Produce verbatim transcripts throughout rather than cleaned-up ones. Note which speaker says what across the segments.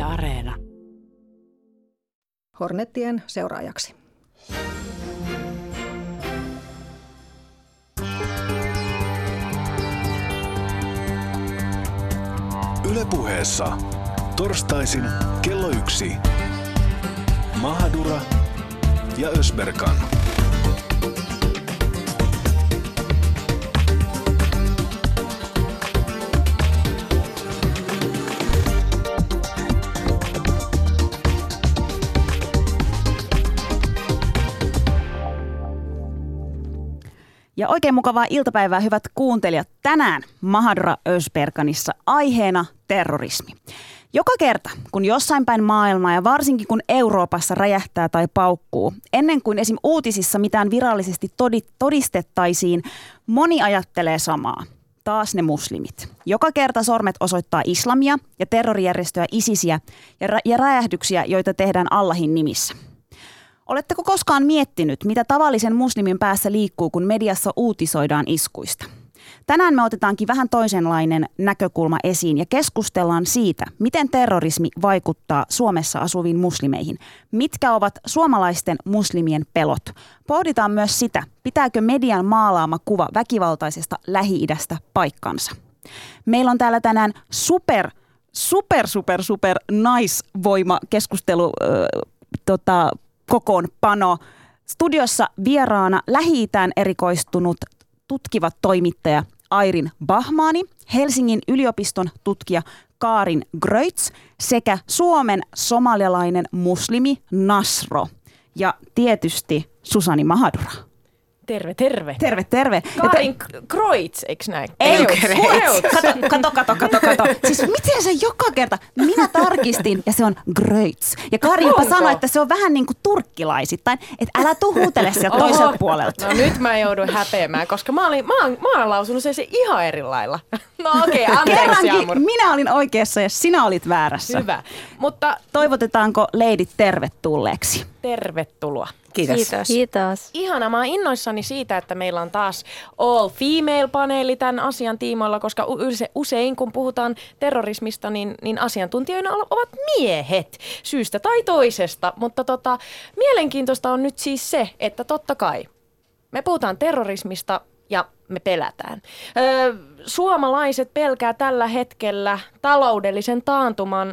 Speaker 1: Areena.
Speaker 2: Hornettien seuraajaksi.
Speaker 3: Yle Puheessa torstaisin kello yksi. Mahadura ja Ösberkan.
Speaker 4: Ja oikein mukavaa iltapäivää, hyvät kuuntelijat. Tänään Mahadura Ösberkanissa aiheena terrorismi. Joka kerta, kun jossain päin maailmaa ja varsinkin kun Euroopassa räjähtää tai paukkuu, ennen kuin esim. Uutisissa mitään virallisesti todistettaisiin, moni ajattelee samaa. Taas ne muslimit. Joka kerta sormet osoittaa islamia ja terrorijärjestöä ISISiä ja, rä- ja räjähdyksiä, joita tehdään Allahin nimissä. Oletteko koskaan miettinyt, mitä tavallisen muslimin päässä liikkuu, kun mediassa uutisoidaan iskuista? Tänään me otetaankin vähän toisenlainen näkökulma esiin ja keskustellaan siitä, miten terrorismi vaikuttaa Suomessa asuviin muslimeihin. Mitkä ovat suomalaisten muslimien pelot? Pohditaan myös sitä, pitääkö median maalaama kuva väkivaltaisesta Lähi-idästä paikkansa. Meillä on täällä tänään super, super, super, super naisvoima keskustelu äh, tota, kokoonpano. Studiossa vieraana Lähi-itään erikoistunut tutkiva toimittaja Airin Bahmani, Helsingin yliopiston tutkija Karin Gröitz sekä Suomen somalialainen muslimi Nasro ja tietysti Susani Mahadura.
Speaker 5: Terve, terve.
Speaker 4: Terve, terve.
Speaker 5: Karin Kreutz, eikö näin?
Speaker 4: Ei, kato, kato, kato, kato, kato. Siis miten se joka kerta? Minä tarkistin ja se on Gröitz. Ja Kari jopa sanoi, että se on vähän niin kuin turkkilaisittain, että älä tuu huutele sieltä toiselta puolelta.
Speaker 5: No nyt mä joudun häpeämään, koska mä, olin, mä, oon, mä oon lausunut sen, se ihan eri lailla. No okei, okay, anteeksi Jaamur.
Speaker 4: Minä olin oikeassa ja sinä olit väärässä.
Speaker 5: Hyvä. Mutta
Speaker 4: toivotetaanko leidit tervetulleeksi?
Speaker 5: Tervetuloa.
Speaker 6: Kiitos.
Speaker 5: Kiitos.
Speaker 6: Kiitos.
Speaker 5: Ihana, mä oon innoissani siitä, että meillä on taas all female-paneeli tämän asian tiimoilla, koska usein kun puhutaan terrorismista, niin, niin asiantuntijoina ovat miehet syystä tai toisesta. Mutta tota, mielenkiintoista on nyt siis se, että totta kai me puhutaan terrorismista ja me pelätään. Öö, suomalaiset pelkää tällä hetkellä taloudellisen taantuman öö,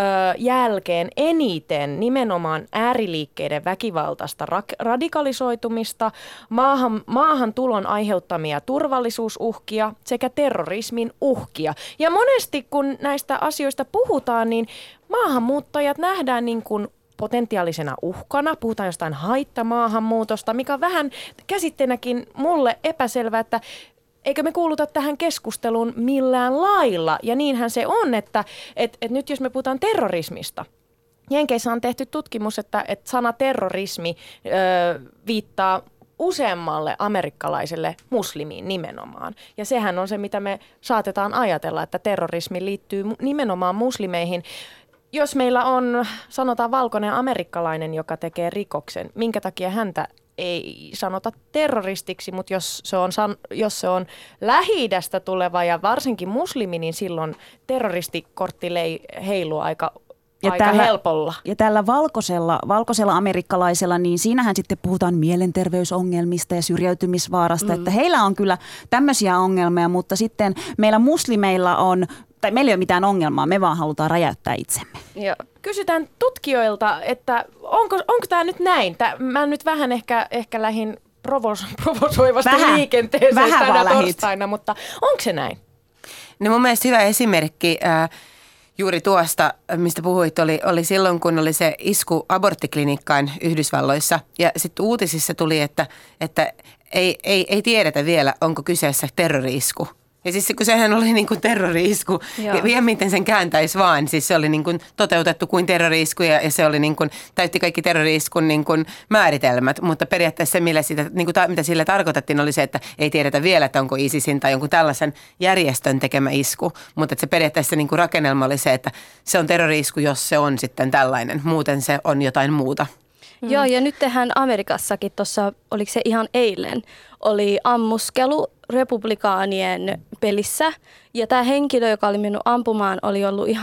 Speaker 5: jälkeen eniten nimenomaan ääriliikkeiden väkivaltaista ra- radikalisoitumista, maahan, maahantulon aiheuttamia turvallisuusuhkia sekä terrorismin uhkia. Ja monesti kun näistä asioista puhutaan, niin maahanmuuttajat nähdään niin kuin potentiaalisena uhkana. Puhutaan jostain haittamaahanmuutosta, mikä on vähän käsitteenäkin mulle epäselvä, että eikö me kuuluta tähän keskusteluun millään lailla. Ja niinhän se on, että et, et nyt jos me puhutaan terrorismista, Jenkeissä on tehty tutkimus, että, että sana terrorismi ö, viittaa useammalle amerikkalaiselle muslimiin nimenomaan. Ja sehän on se, mitä me saatetaan ajatella, että terrorismi liittyy nimenomaan muslimeihin. Jos meillä on, sanotaan, valkoinen amerikkalainen, joka tekee rikoksen, minkä takia häntä ei sanota terroristiksi, mutta jos se on, jos se on Lähi-idästä tuleva ja varsinkin muslimi, niin silloin terroristikortti heiluu aika,
Speaker 4: ja
Speaker 5: aika
Speaker 4: tällä,
Speaker 5: helpolla.
Speaker 4: Ja tällä valkoisella, valkoisella amerikkalaisella, niin siinähän sitten puhutaan mielenterveysongelmista ja syrjäytymisvaarasta, mm. että heillä on kyllä tämmöisiä ongelmia, mutta sitten meillä muslimeilla on, tai meillä ei ole mitään ongelmaa, me vaan halutaan räjäyttää itsemme.
Speaker 5: Ja kysytään tutkijoilta, että onko, onko tämä nyt näin? Tää, mä nyt vähän ehkä, ehkä lähdin provos, provosoivasti vähän, liikenteeseen
Speaker 4: vähän
Speaker 5: tänä torstaina, mutta onko se näin?
Speaker 6: No mun mielestä hyvä esimerkki äh, juuri tuosta, mistä puhuit, oli, oli silloin, kun oli se isku aborttiklinikkaan Yhdysvalloissa. Ja sitten uutisissa tuli, että, että ei, ei, ei tiedetä vielä, onko kyseessä terrori-isku. Ja siis kun sehän oli niin kuin terrori-isku, ja, ja miten sen kääntäisi vaan. Siis se oli niin kuin toteutettu kuin terrori-isku ja, ja se oli niin kuin, täytti kaikki terrori-iskun niin kuin määritelmät. Mutta periaatteessa se, millä sitä, niin kuin ta, mitä sillä tarkoitettiin, oli se, että ei tiedetä vielä, että onko ISISin tai jonkun tällaisen järjestön tekemä isku. Mutta se periaatteessa niin kuin rakennelma oli se, että se on terrori-isku, jos se on sitten tällainen. Muuten se on jotain muuta.
Speaker 7: Mm. Joo, ja nyt tehdään Amerikassakin tuossa, oliko se ihan eilen, oli ammuskelu republikaanien pelissä. Ja tämä henkilö, joka oli mennyt ampumaan, oli ollut ihan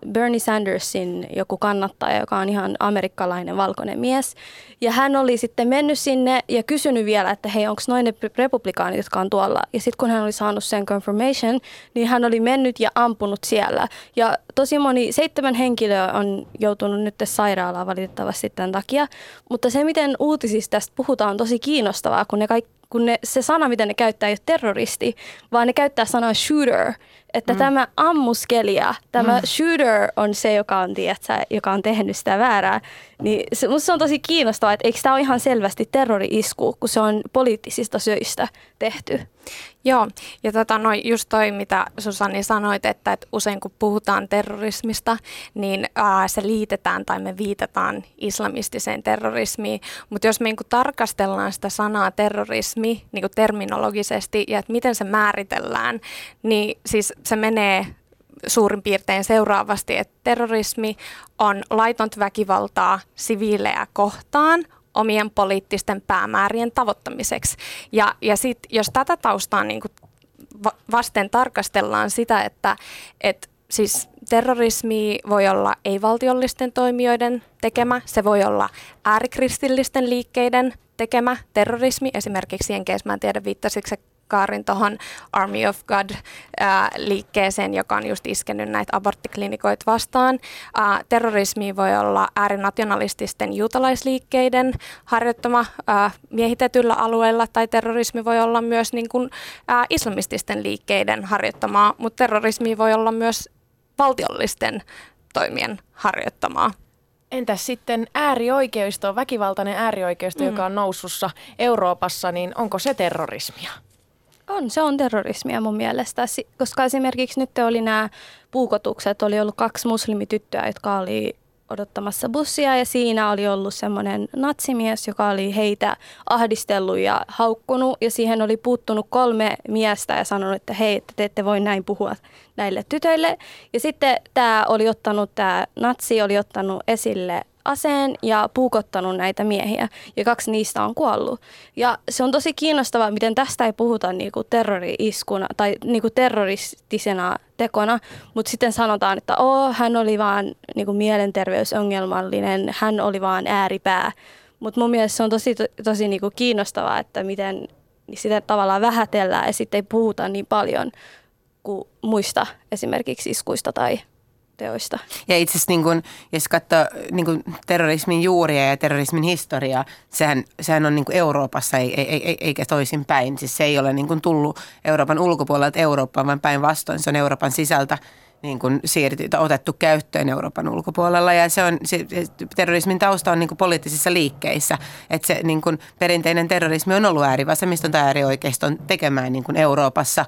Speaker 7: Bernie Sandersin joku kannattaja, joka on ihan amerikkalainen valkoinen mies. Ja hän oli sitten mennyt sinne ja kysynyt vielä, että hei, onko noin ne republikaanit, jotka on tuolla. Ja sitten kun hän oli saanut sen confirmation, niin hän oli mennyt ja ampunut siellä. Ja tosi moni, seitsemän henkilöä on joutunut nyt sairaalaan valitettavasti tämän takia. Mutta se, miten uutisista tästä puhutaan, on tosi kiinnostavaa, kun ne kaikki kun ne, se sana, mitä ne käyttää, ei ole terroristi, vaan ne käyttää sanaa shooter. Että mm. tämä ammuskelija, tämä mm. shooter on se, joka on, tiedätkö, joka on tehnyt sitä väärää. Niin se, musta se on tosi kiinnostavaa, että eikö tämä ole ihan selvästi terrori-isku, kun se on poliittisista syistä tehty.
Speaker 1: Joo, ja tota, no, just toi, mitä Susanni sanoit, että, että usein kun puhutaan terrorismista, niin ää, se liitetään tai me viitataan islamistiseen terrorismiin. Mutta jos me niin kuin tarkastellaan sitä sanaa terrorismi niin kuin terminologisesti ja että miten se määritellään, niin siis se menee suurin piirtein seuraavasti, että terrorismi on laitonta väkivaltaa siviilejä kohtaan omien poliittisten päämäärien tavoittamiseksi. Ja, ja sitten jos tätä taustaa niin kuin vasten tarkastellaan sitä, että et siis terrorismi voi olla ei-valtiollisten toimijoiden tekemä, se voi olla äärikristillisten liikkeiden tekemä terrorismi, esimerkiksi Jenkeissä, mä en tiedä viittasiko se Kaarin tuohon Army of God-liikkeeseen, joka on just iskenyt näitä aborttiklinikoita vastaan. Ää, terrorismi voi olla äärinationalististen juutalaisliikkeiden harjoittama ää, miehitetyllä alueella, tai terrorismi voi olla myös niin kuin, ää, islamististen liikkeiden harjoittamaa, mutta terrorismi voi olla myös valtiollisten toimien harjoittamaa.
Speaker 5: Entäs sitten äärioikeisto, väkivaltainen äärioikeisto, mm. joka on nousussa Euroopassa, niin onko se terrorismia?
Speaker 7: On, se on terrorismia mun mielestä, koska esimerkiksi nyt oli nämä puukotukset, oli ollut kaksi muslimityttöä, jotka oli odottamassa bussia ja siinä oli ollut semmoinen natsimies, joka oli heitä ahdistellut ja haukkunut ja siihen oli puuttunut kolme miestä ja sanonut, että hei, että te ette voi näin puhua näille tytöille. Ja sitten tämä oli ottanut, tämä natsi oli ottanut esille aseen ja puukottanut näitä miehiä ja kaksi niistä on kuollut. Ja se on tosi kiinnostavaa, miten tästä ei puhuta niinku terrori-iskuna tai niinku terroristisena tekona, mutta sitten sanotaan, että oh, hän oli vaan niinku mielenterveysongelmallinen, hän oli vaan ääripää. Mutta mun mielestä se on tosi, tosi niinku kiinnostavaa, että miten sitä tavallaan vähätellään ja sitten ei puhuta niin paljon kuin muista esimerkiksi iskuista tai teoista.
Speaker 6: Ja itse asiassa, niin kun, jos katsoo niin kun terrorismin juuria ja terrorismin historiaa, sehän, sehän on niin kun Euroopassa ei, ei, ei, eikä toisinpäin. Siis se ei ole niin kun tullut Euroopan ulkopuolelta Eurooppaan, vaan päinvastoin. Se on Euroopan sisältä niin kun siirty, otettu käyttöön Euroopan ulkopuolella. Ja se on, se, terrorismin tausta on niin kun poliittisissa liikkeissä. Että se niin kun perinteinen terrorismi on ollut äärivasemmiston tai äärioikeiston tekemään niin kun Euroopassa.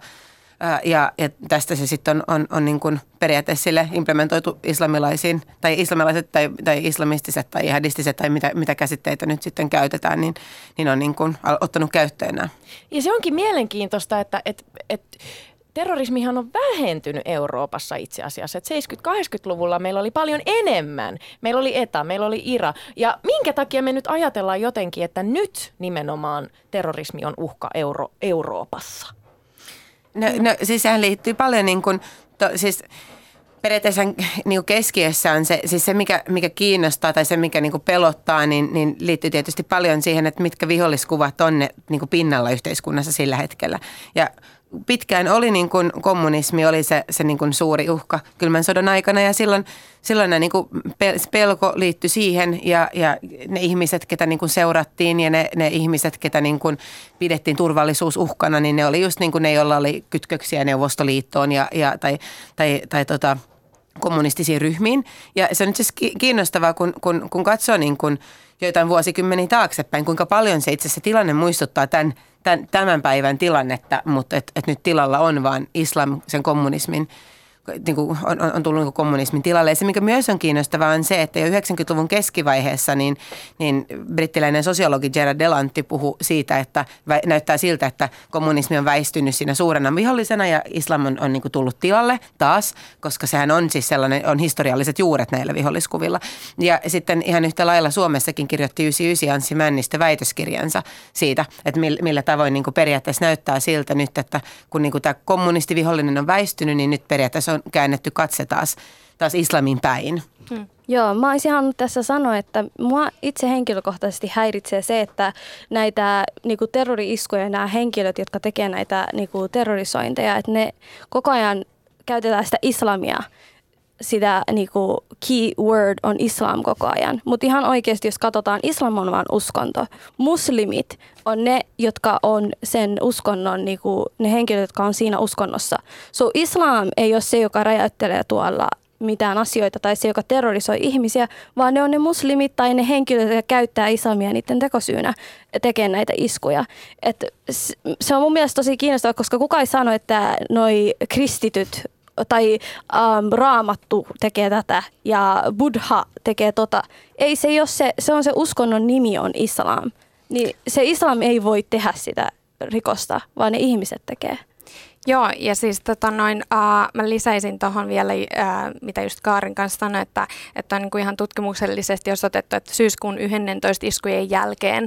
Speaker 6: Ja, ja tästä se sitten on, on, on niin kuin periaatteessa sille implementoitu islamilaisiin tai islamilaiset tai, tai islamistiset tai jihadistiset tai mitä, mitä käsitteitä nyt sitten käytetään, niin, niin on niin kuin ottanut käyttöön nämä.
Speaker 5: Ja se onkin mielenkiintoista, että et, et, terrorismihan on vähentynyt Euroopassa itse asiassa. seitsemänkymmentä-kahdeksankymmentäluvulla meillä oli paljon enemmän. Meillä oli ETA, meillä oli IRA. Ja minkä takia me nyt ajatellaan jotenkin, että nyt nimenomaan terrorismi on uhka Euro- Euroopassa?
Speaker 6: No, no siis sehän liittyy paljon niin kuin, to, siis periaatteessa niin kuin keskiössä on se, siis se mikä, mikä kiinnostaa tai se mikä niin kuin pelottaa, niin, niin liittyy tietysti paljon siihen, että mitkä viholliskuvat on ne niin kuin pinnalla yhteiskunnassa sillä hetkellä. Ja pitkään oli niin kuin kommunismi, oli se, se niin kuin suuri uhka kylmän sodan aikana ja silloin, silloin ne niin kuin pelko liittyi siihen ja, ja ne ihmiset, ketä niin kuin seurattiin ja ne, ne ihmiset, ketä niin kuin pidettiin turvallisuusuhkana, niin ne oli just niin kuin ne, joilla oli kytköksiä Neuvostoliittoon ja, ja, tai, tai, tai tota, kommunistisiin ryhmiin. Ja se on nyt siis kiinnostavaa, kun, kun, kun katsoo niin kuin joitain vuosikymmeniä taaksepäin, kuinka paljon se itse asiassa tilanne muistuttaa tämän, tämän, tämän päivän tilannetta, mutta että et nyt tilalla on vaan islam, sen kommunismin, niin kuin on, on tullut niin kuin kommunismin tilalle. Ja se, mikä myös on kiinnostavaa, on se, että jo yhdeksänkymmentäluvun keskivaiheessa niin, niin brittiläinen sosiologi Gerard Delanty puhui siitä, että näyttää siltä, että kommunismi on väistynyt siinä suurena vihollisena ja islam on, on niin kuin tullut tilalle taas, koska sehän on siis sellainen, on historialliset juuret näillä viholliskuvilla. Ja sitten ihan yhtä lailla Suomessakin kirjoitti yhdeksänkymmentäyhdeksän Anssi Männistö väitöskirjansa siitä, että millä tavoin niin kuin periaatteessa näyttää siltä nyt, että kun niin kuin tämä kommunistivihollinen on väistynyt, niin nyt periaatteessa on käännetty katse taas taas islamin päin.
Speaker 7: Hmm. Joo, mä olisin halunnut tässä sanoa, että mua itse henkilökohtaisesti häiritsee se, että näitä niinku terrori-iskuja, nämä henkilöt, jotka tekee näitä niinku terrorisointeja, että ne koko ajan käytetään sitä islamia, sitä niinku key word on islam koko ajan. Mutta ihan oikeasti, jos katsotaan, islam on vaan uskonto. Muslimit on ne, jotka on sen uskonnon, niinku, ne henkilöt, jotka on siinä uskonnossa. So islam ei ole se, joka räjäyttelee tuolla mitään asioita tai se, joka terrorisoi ihmisiä, vaan ne on ne muslimit tai ne henkilöt, jotka käyttää islamia niiden tekosyynä tekee näitä iskuja. Et se on mun mielestä tosi kiinnostavaa, koska kukaan ei sano, että noi kristityt tai ähm, raamattu tekee tätä ja buddha tekee tota. Ei, se ei ole se, se on se uskonnon nimi on islam. Niin se islam ei voi tehdä sitä rikosta, vaan ne ihmiset tekee.
Speaker 1: Joo, ja siis tota noin, uh, mä lisäisin tuohon vielä, uh, mitä just Kaarin kanssa sanoi, että, että on niinku ihan tutkimuksellisesti osoitettu, että syyskuun yhdennentoista iskujen jälkeen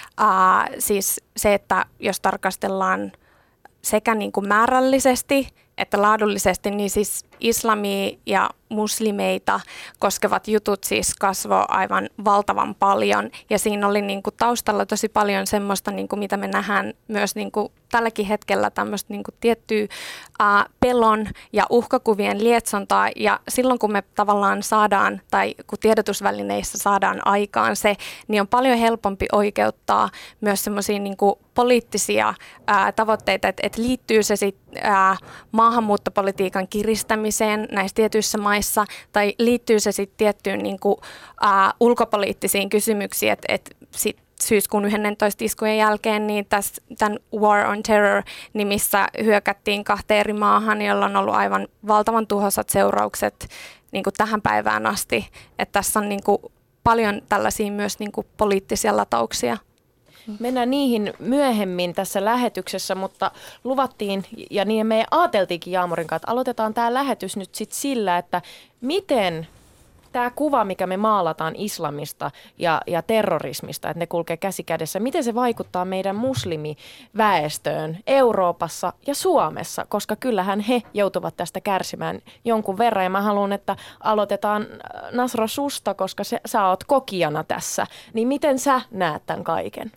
Speaker 1: uh, siis se, että jos tarkastellaan sekä niinku määrällisesti että laadullisesti, niin siis islamia ja muslimeita koskevat jutut siis kasvoi aivan valtavan paljon. Ja siinä oli niinku taustalla tosi paljon semmoista, niinku mitä me nähdään myös niinku tälläkin hetkellä tämmöistä niinku tiettyä ää, pelon ja uhkakuvien lietsontaa. Ja silloin kun me tavallaan saadaan, tai kun tiedotusvälineissä saadaan aikaan se, niin on paljon helpompi oikeuttaa myös semmoisia niinku poliittisia ää, tavoitteita, että et liittyy se sitten maahanmuuttopolitiikan kiristämiseen näissä tietyissä maissa, tai liittyy se sitten tiettyyn niinku, ää, ulkopoliittisiin kysymyksiin, että et sitten syyskuun yhdennentoista iskujen jälkeen niin tässä, tämän War on Terror nimissä hyökättiin kahteen eri maahan, jolla on ollut aivan valtavan tuhoisat seuraukset niin kuin tähän päivään asti. Että tässä on niin kuin paljon tällaisia myös niin kuin poliittisia latauksia.
Speaker 5: Mennään niihin myöhemmin tässä lähetyksessä, mutta luvattiin, ja niin me ajateltiinkin Jaamorin kanssa, että aloitetaan tämä lähetys nyt sitten sillä, että miten tämä kuva, mikä me maalataan islamista ja, ja terrorismista, että ne kulkee käsi kädessä, miten se vaikuttaa meidän muslimiväestöön Euroopassa ja Suomessa, koska kyllähän he joutuvat tästä kärsimään jonkun verran. Ja mä haluan, että aloitetaan Nasro susta, koska se, sä oot kokijana tässä. Niin miten sä näet tämän kaiken?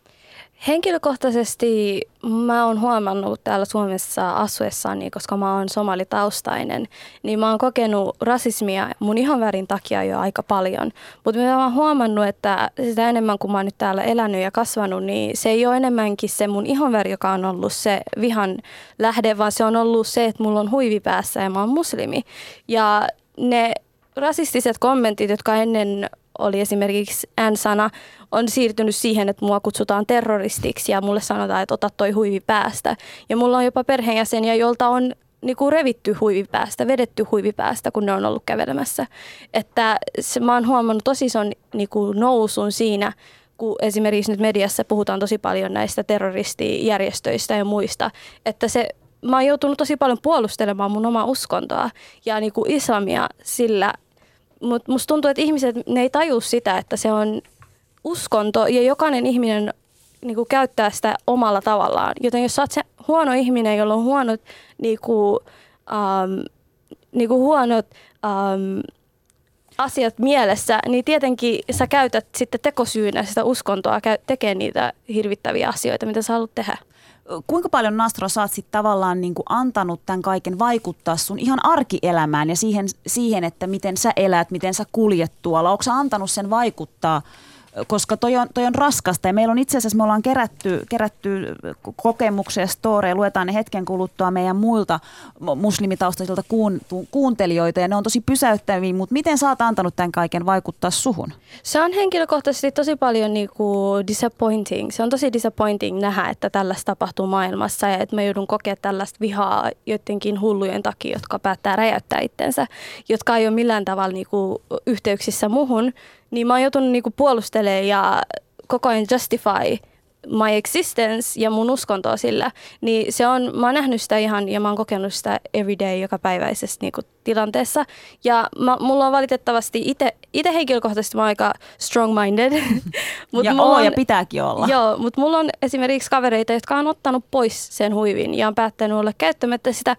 Speaker 7: Henkilökohtaisesti mä oon huomannut täällä Suomessa asuessani, koska mä oon somalitaustainen, niin mä oon kokenut rasismia mun ihonvärin takia jo aika paljon. Mutta mä oon huomannut, että sitä enemmän kun mä oon nyt täällä elänyt ja kasvanut, niin se ei ole enemmänkin se mun ihonväri, joka on ollut se vihan lähde, vaan se on ollut se, että mulla on huivi päässä ja mä oon muslimi. Ja ne rasistiset kommentit, jotka ennen oli esimerkiksi N-sana, on siirtynyt siihen, että mua kutsutaan terroristiksi ja mulle sanotaan, että ota toi huivi päästä. Ja mulla on jopa perheenjäseniä, jolta on niinku revitty huivi päästä, vedetty huivi päästä, kun ne on ollut kävelemässä. Että se, mä oon huomannut tosi ison niinku nousun siinä, kun esimerkiksi nyt mediassa puhutaan tosi paljon näistä terroristijärjestöistä ja muista, että se mä oon joutunut tosi paljon puolustelemaan mun omaa uskontoa ja niinku islamia sillä. Mutta musta tuntuu, että ihmiset, ne ei tajua sitä, että se on uskonto ja jokainen ihminen niinku käyttää sitä omalla tavallaan. Joten jos sä oot se huono ihminen, jolla on huonot, niinku, um, niinku huonot um, asiat mielessä, niin tietenkin sä käytät sitten tekosyynä sitä uskontoa tekemään niitä hirvittäviä asioita, mitä sä haluat tehdä.
Speaker 4: Kuinka paljon, Nasro, sä oot sit tavallaan niin kuin antanut tämän kaiken vaikuttaa sun ihan arkielämään ja siihen, siihen, että miten sä elät, miten sä kuljet tuolla? Onko sä antanut sen vaikuttaa? Koska toi on, toi on raskasta ja meillä on itse asiassa, me ollaan kerätty, kerätty kokemuksia ja storeja, luetaan ne hetken kuluttua meidän muilta muslimitaustaisilta kuun, kuuntelijoita ja ne on tosi pysäyttäviä, mutta miten sä oot antanut tämän kaiken vaikuttaa suhun?
Speaker 7: Se on henkilökohtaisesti tosi paljon niinku disappointing. Se on tosi disappointing nähdä, että tällaista tapahtuu maailmassa ja että mä joudun kokea tällaista vihaa joidenkin hullujen takia, jotka päättää räjäyttää itsensä, jotka ei ole millään tavalla niinku yhteyksissä muhun. Niin mä oon joutunut niinku puolustelemaan ja koko ajan justify my existence ja mun uskontoa sillä. Niin se on, mä oon nähnyt sitä ihan ja mä oon kokenut sitä everyday jokapäiväisessä niinku tilanteessa. Ja mä, mulla on valitettavasti ite, ite henkilökohtaisesti mä oon aika strong-minded. Mut
Speaker 4: ja oo ja pitääkin olla.
Speaker 7: Joo, mutta mulla on esimerkiksi kavereita, jotka on ottanut pois sen huivin ja on päättänyt olla käyttämättä sitä,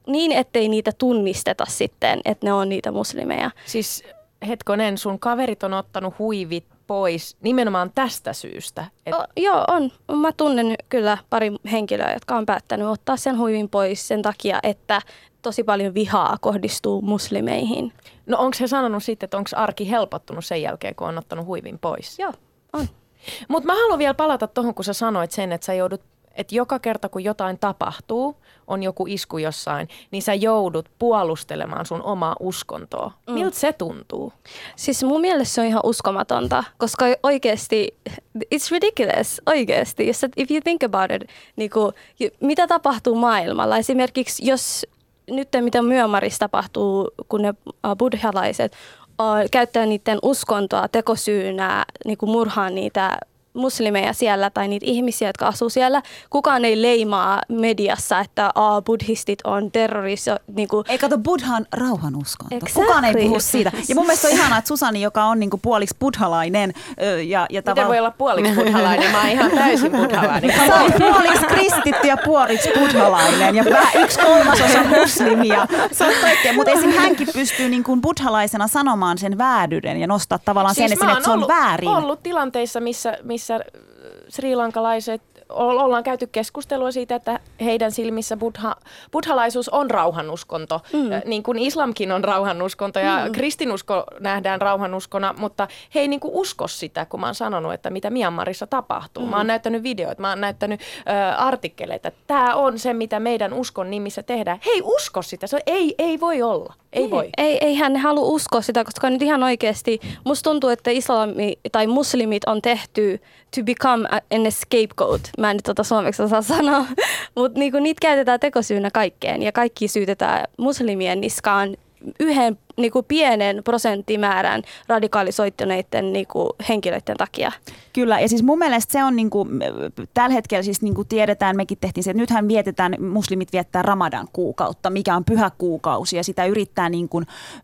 Speaker 7: niin, ettei niitä tunnisteta sitten, että ne on niitä muslimeja.
Speaker 5: Siis hetkonen, sun kaverit on ottanut huivit pois nimenomaan tästä syystä? Et...
Speaker 7: O, joo, on. Mä tunnen kyllä pari henkilöä, jotka on päättänyt ottaa sen huivin pois sen takia, että tosi paljon vihaa kohdistuu muslimeihin.
Speaker 5: No onko he sanonut sitten, että onko arki helpottunut sen jälkeen, kun on ottanut huivin pois?
Speaker 7: Joo, on.
Speaker 5: Mutta mä haluan vielä palata tuohon, kun sä sanoit sen, että sä joudut, että joka kerta kun jotain tapahtuu, on joku isku jossain, niin sä joudut puolustelemaan sun omaa uskontoa. Mm. Miltä se tuntuu?
Speaker 7: Siis mun mielestä se on ihan uskomatonta, koska oikeasti, it's ridiculous, oikeasti. If you think about it, niin kuin, mitä tapahtuu maailmalla? Esimerkiksi jos nyt mitä Myanmarissa tapahtuu, kun ne buddhalaiset uh, käyttää niiden uskontoa tekosyynä niin kuin murhaa niitä muslimeja siellä tai niitä ihmisiä, jotka asuu siellä. Kukaan ei leimaa mediassa, että oh, buddhistit on terrorista. Niin kuin...
Speaker 4: Ei kato, Buddha on rauhanuskonto. Exactly. Kukaan ei puhu siitä. Ja mun mielestä on ihanaa, että Susani, joka on niin kuin puoliksi buddhalainen. Ja, ja
Speaker 5: Miten tavall... voi olla puoliksi buddhalainen? Mä oon ihan täysin buddhalainen.
Speaker 4: Sä oot puoliksi kristitty ja puoliksi buddhalainen. Ja yksi kolmasosa muslimia. Se on kaikkea. Mutta esim. hänkin pystyy niin kuin buddhalaisena sanomaan sen vääryden ja nostaa tavallaan siis sen esiin, että se on
Speaker 5: ollut,
Speaker 4: väärin.
Speaker 5: Mä oon ollut tilanteissa, missä, missä missä srilankalaiset, ollaan käyty keskustelua siitä, että heidän silmissä buddha, buddhalaisuus on rauhanuskonto, mm. niin kuin islamkin on rauhanuskonto ja mm. kristinusko nähdään rauhanuskona, mutta he ei niin kuin usko sitä, kun mä oon sanonut, että mitä Myanmarissa tapahtuu. Mm. Mä oon näyttänyt videoita, mä oon näyttänyt ö, artikkeleita, että tämä on se, mitä meidän uskon nimissä tehdään. He ei usko sitä, se ei, ei voi olla. Ei, ei voi.
Speaker 7: Ei, eihän ne halua uskoa sitä, koska nyt ihan oikeasti musta tuntuu, että islami tai muslimit on tehty to become an scapegoat. Mä en nyt tota suomeksi osaa sanoa, mutta niinku niitä käytetään tekosyynä kaikkeen ja kaikki syytetään muslimien niskaan yhden niinku pienen prosenttimäärän radikalisoituneiden niinku henkilöiden takia.
Speaker 4: Kyllä, ja siis mun mielestä se on niinku, tällä hetkellä siis niinku tiedetään, mekin tehtiin se, että nythän vietetään, muslimit viettää Ramadan kuukautta, mikä on pyhä kuukausi, ja sitä yrittää niinku,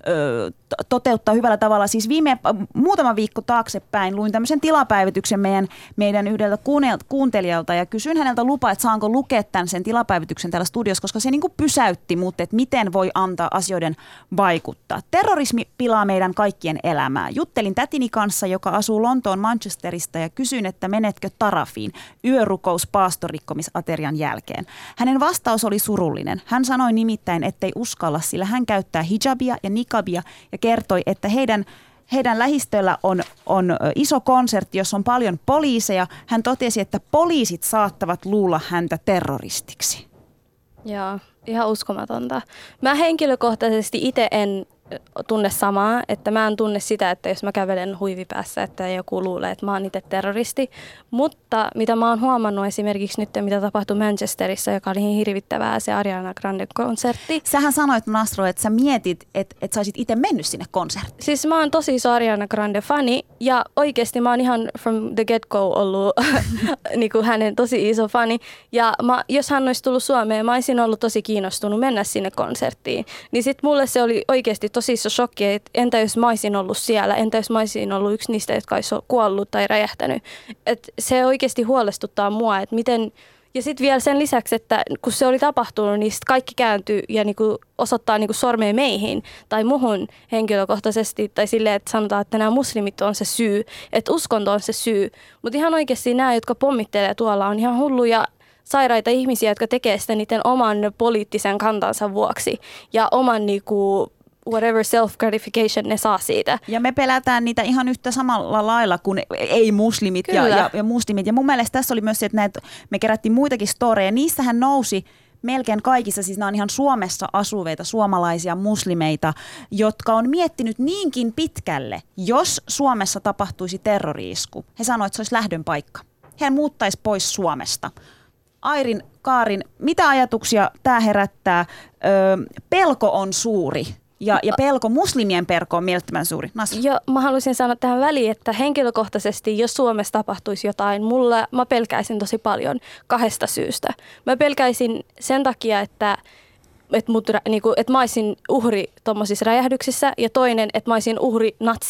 Speaker 4: ö, toteuttaa hyvällä tavalla. Siis viime, muutama viikko taaksepäin luin tämmöisen tilapäivityksen meidän, meidän yhdeltä kuuntelijalta, ja kysyin häneltä lupaa, että saanko lukea tämän sen tilapäivityksen täällä studiossa, koska se niinku pysäytti mut, että miten voi antaa asioiden vaikuttaa. Terrorismi pilaa meidän kaikkien elämää. Juttelin tätini kanssa, joka asuu Lontoon Manchesterista, ja kysyin, että menetkö Tarafiin yörukous paastorikkomisaterian jälkeen. Hänen vastaus oli surullinen. Hän sanoi nimittäin, ettei uskalla, sillä hän käyttää hijabia ja niqabia ja kertoi, että heidän Heidän lähistöllä on, on iso konsertti, jossa on paljon poliiseja. Hän totesi, että poliisit saattavat luulla häntä terroristiksi.
Speaker 7: Joo, ihan uskomatonta. Mä henkilökohtaisesti itse en tunne samaa, että mä en tunne sitä, että jos mä kävelen huivipäässä, että joku luulee, että mä oon itse terroristi. Mutta mitä mä oon huomannut esimerkiksi nyt, mitä tapahtui Manchesterissa, joka oli niin hirvittävää, se Ariana Grande-konsertti.
Speaker 4: Sähän sanoit, Nasro, että sä mietit, että, että sä olisit itse mennyt sinne konserttiin.
Speaker 7: Siis mä oon tosi iso Ariana Grande-fani ja oikeasti mä oon ihan from the get-go ollut niin kuin hänen tosi iso fani. Ja mä, jos hän olisi tullut Suomeen, mä olisin ollut tosi kiinnostunut mennä sinne konserttiin. Niin sit mulle se oli oikeasti tosi iso shokki, että entä jos mä olisin ollut siellä, entä jos mä olisin ollut yksi niistä, jotka olisi kuollut tai räjähtänyt. Et se oikeasti huolestuttaa mua, että miten, ja sitten vielä sen lisäksi, että kun se oli tapahtunut, niin kaikki kääntyy ja niinku osoittaa niinku sormea meihin tai muhun henkilökohtaisesti, tai silleen, että sanotaan, että nämä muslimit on se syy, että uskonto on se syy. Mutta ihan oikeasti nämä, jotka pommittelee tuolla, on ihan hulluja sairaita ihmisiä, jotka tekee sitä niiden oman poliittisen kantansa vuoksi ja oman niinku whatever self-gratification ne saa siitä.
Speaker 4: Ja me pelätään niitä ihan yhtä samalla lailla kuin ei-muslimit ja, ja, ja muslimit. Ja mun mielestä tässä oli myös se, että näitä, me kerättiin muitakin storeja. Niissähän nousi melkein kaikissa, siis nämä on ihan Suomessa asuveita suomalaisia muslimeita, jotka on miettinyt niinkin pitkälle, jos Suomessa tapahtuisi terrori-isku. He sanoivat, että se olisi lähdön paikka. He muuttaisi pois Suomesta. Airin, Kaarin, mitä ajatuksia tämä herättää? Öö, pelko on suuri. Ja, ja pelko, muslimien pelko on mielettömän suuri. Nasra.
Speaker 7: Joo, mä haluaisin sanoa tähän väliin, että henkilökohtaisesti, jos Suomessa tapahtuisi jotain, mulla, mä pelkäisin tosi paljon kahdesta syystä. Mä pelkäisin sen takia, että, että, mut, niinku, että mä olisin uhri tommosissa räjähdyksissä, ja toinen, että mä olisin uhri natsien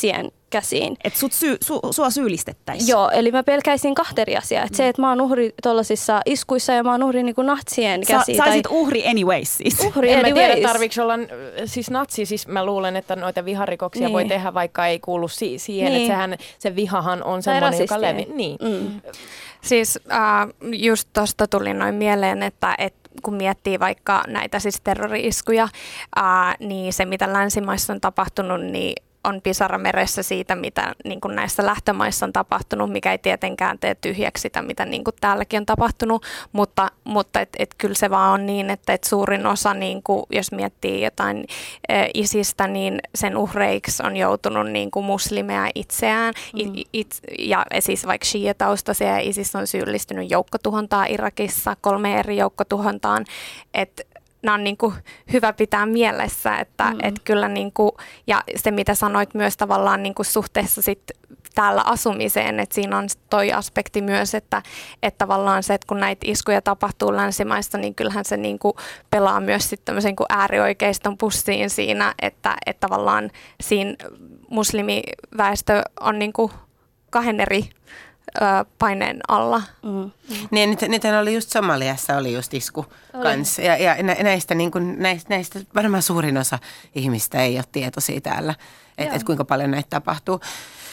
Speaker 7: käsiin.
Speaker 4: Että sut syy, su, sua syyllistettäisiin.
Speaker 7: Joo, eli mä pelkäisin kahta eri asiaa. Et se, että mä oon uhri tuollaisissa iskuissa ja mä oon uhri niin kuin natsien käsiin.
Speaker 4: Sä olisit uhri anyways siis.
Speaker 7: Uhri
Speaker 5: En mä
Speaker 7: anyways.
Speaker 5: tiedä, tarviiko olla siis natsi, siis mä luulen, että noita viharikoksia
Speaker 7: Niin.
Speaker 5: voi tehdä, vaikka ei kuulu si- siihen,
Speaker 7: Niin.
Speaker 5: että sehän, se vihahan on
Speaker 7: Tai
Speaker 5: semmoinen, joka
Speaker 7: rasistinen.
Speaker 5: levi. Niin.
Speaker 7: Mm.
Speaker 1: Siis äh, just tuosta tuli noin mieleen, että et kun miettii vaikka näitä siis terrori-iskuja, äh, niin se mitä länsimaissa on tapahtunut, niin on pisara meressä siitä, mitä niin kuin näissä lähtömaissa on tapahtunut, mikä ei tietenkään tee tyhjäksi sitä, mitä niin kuin täälläkin on tapahtunut, mutta, mutta et, et kyllä se vaan on niin, että et suurin osa, niin kuin, jos miettii jotain ä, isistä, niin sen uhreiksi on joutunut niin kuin muslimeja itseään, mm. it, it, ja siis vaikka shia-taustaisia, ja ISIS on syyllistynyt joukkotuhontaan Irakissa, kolme eri joukkotuhontaan, että nämä on niin kuin hyvä pitää mielessä, että mm. et kyllä niin kuin, ja se mitä sanoit myös tavallaan niin kuin suhteessa sit täällä asumiseen, että siinä on toi aspekti myös, että, että tavallaan se, että kun näitä iskuja tapahtuu länsimaissa, niin kyllähän se niin kuin pelaa myös sitten tämmöisen kuin äärioikeiston pussiin siinä, että, että tavallaan siinä muslimiväestö on niin kuin kahden eri paineen alla.
Speaker 7: Mm.
Speaker 6: Niin, nyt, nythän oli just Somaliassa oli just isku
Speaker 7: Oli.
Speaker 6: kanssa. Ja, ja näistä, niin kuin, näistä, näistä varmaan suurin osa ihmistä ei ole tietoisia täällä, että et kuinka paljon näitä tapahtuu.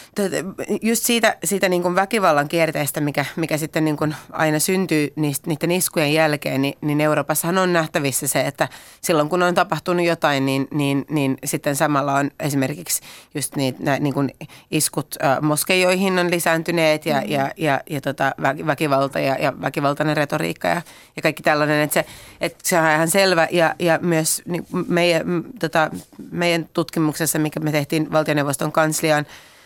Speaker 6: Just siitä, siitä niin kuin väkivallan kierteestä, mikä, mikä sitten niin kuin aina syntyy niistä, niiden iskujen jälkeen, niin, niin Euroopassahan on nähtävissä se, että silloin kun on tapahtunut jotain, niin, niin, niin sitten samalla on esimerkiksi just niitä, nä, niin kuin iskut äh, moskeijoihin on lisääntyneet ja, mm-hmm. ja, ja, ja tota, väkivalta ja, ja väkivaltainen retoriikka ja, ja kaikki tällainen, että se, että se on ihan selvä ja, ja myös niin meidän, tota, meidän tutkimuksessa, mikä me tehtiin valtioneuvoston kansliaan,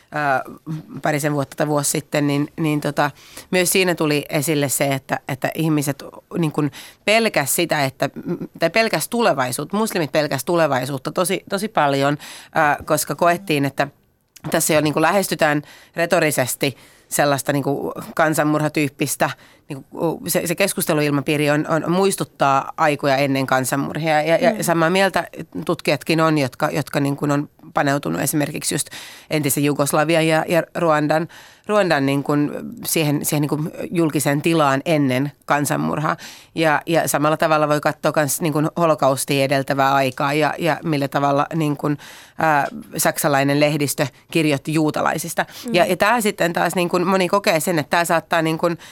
Speaker 6: parisen vuotta tai vuosi sitten, niin, niin tota, myös siinä tuli esille se, että, että ihmiset niin kuin pelkäs sitä, että, tai pelkäs tulevaisuutta, muslimit pelkäs tulevaisuutta tosi, tosi paljon, ää, koska koettiin, että tässä jo niin kuin lähestytään retorisesti sellaista niin kuin kansanmurhatyyppistä, niin kuin se, se keskusteluilmapiiri on, on muistuttaa aikoja ennen kansanmurhia ja, ja mm. samaa mieltä tutkijatkin on, jotka, jotka niin kuin on paneutunut esimerkiksi just entisen Jugoslavian ja, ja Ruandan, Ruandan niin kuin siihen, siihen niin kuin julkiseen tilaan ennen kansanmurhaa. Ja, ja samalla tavalla voi katsoa myös niin kuin holokaustia edeltävää aikaa ja, ja millä tavalla niin kuin, ää, saksalainen lehdistö kirjoitti juutalaisista. Mm. Ja, ja tämä sitten taas niin kuin moni kokee sen, että tämä saattaa niin kuin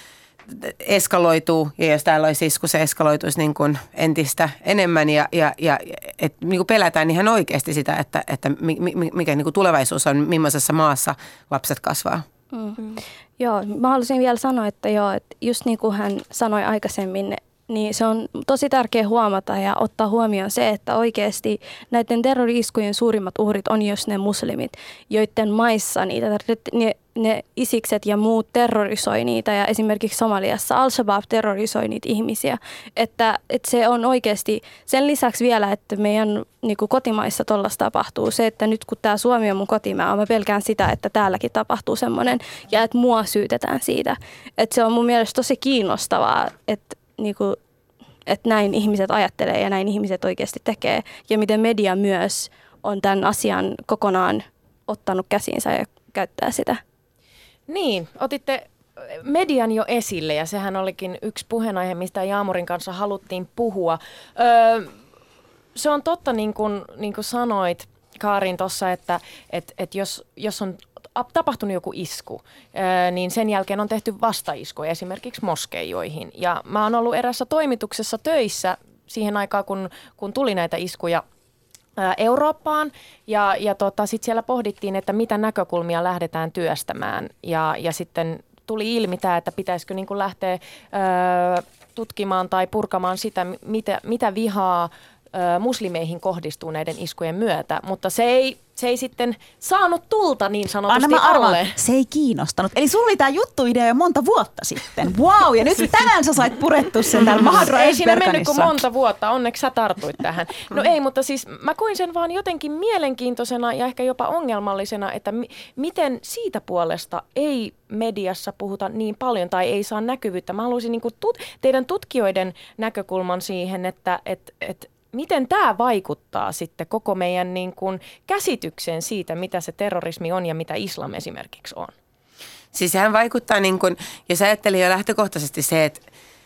Speaker 6: eskaloituu, ja jos täällä olisi isku, se eskaloituisi niin kuin entistä enemmän, ja, ja, ja et, niin kuin pelätään ihan oikeasti sitä, että, että mikä niin kuin tulevaisuus on, millaisessa maassa lapset kasvaa.
Speaker 7: Mm. Mm. Joo, mä haluaisin vielä sanoa, että joo, että just niin kuin hän sanoi aikaisemmin, niin se on tosi tärkeä huomata ja ottaa huomioon se, että oikeasti näiden terrori-iskujen suurimmat uhrit on just ne muslimit, joiden maissa niitä, ne, ne isikset ja muut terrorisoi niitä ja esimerkiksi Somaliassa Al-Shabaab terrorisoi niitä ihmisiä. Että, että se on oikeasti sen lisäksi vielä, että meidän niin kuin kotimaissa tollaista tapahtuu. Se, että nyt kun tämä Suomi on mun kotimaa, mä pelkään sitä, että täälläkin tapahtuu semmoinen ja että mua syytetään siitä. Että se on mun mielestä tosi kiinnostavaa, että niin kuin, että näin ihmiset ajattelee ja näin ihmiset oikeasti tekee. Ja miten media myös on tämän asian kokonaan ottanut käsiinsä ja käyttää sitä.
Speaker 5: Niin, otitte median jo esille ja sehän olikin yksi puheenaihe, mistä Jaamurin kanssa haluttiin puhua. Öö, se on totta, niin kuin, niin kuin sanoit, Kaarin, tuossa, että et, et jos, jos on tapahtunut joku isku, niin sen jälkeen on tehty vastaiskuja esimerkiksi moskeijoihin. Ja mä oon ollut erässä toimituksessa töissä siihen aikaan, kun, kun tuli näitä iskuja Eurooppaan. Ja, ja tota, sitten siellä pohdittiin, että mitä näkökulmia lähdetään työstämään. Ja, ja sitten tuli ilmi tämä, että pitäisikö niin kuin lähteä ö, tutkimaan tai purkamaan sitä, mitä, mitä vihaa muslimeihin kohdistuu näiden iskujen myötä, mutta se ei, se ei sitten saanut tulta niin sanotusti
Speaker 4: Anna mä arvaan,
Speaker 5: alle.
Speaker 4: Se ei kiinnostanut. Eli sulla oli tämä juttuidea jo monta vuotta sitten. Wow, ja nyt tänään sä sait purettua sen täällä Mahadra
Speaker 5: Ei siinä mennyt kuin monta vuotta, onneksi sä tartuit tähän. No ei, mutta siis mä koin sen vaan jotenkin mielenkiintoisena ja ehkä jopa ongelmallisena, että mi- miten siitä puolesta ei mediassa puhuta niin paljon tai ei saa näkyvyyttä. Mä haluaisin niin kuin tut- teidän tutkijoiden näkökulman siihen, että et, et, miten tämä vaikuttaa sitten koko meidän niin kuin käsitykseen siitä, mitä se terrorismi on ja mitä islam esimerkiksi on?
Speaker 6: Siis sehän vaikuttaa, niin kuin, jos ajattelin jo lähtökohtaisesti se, että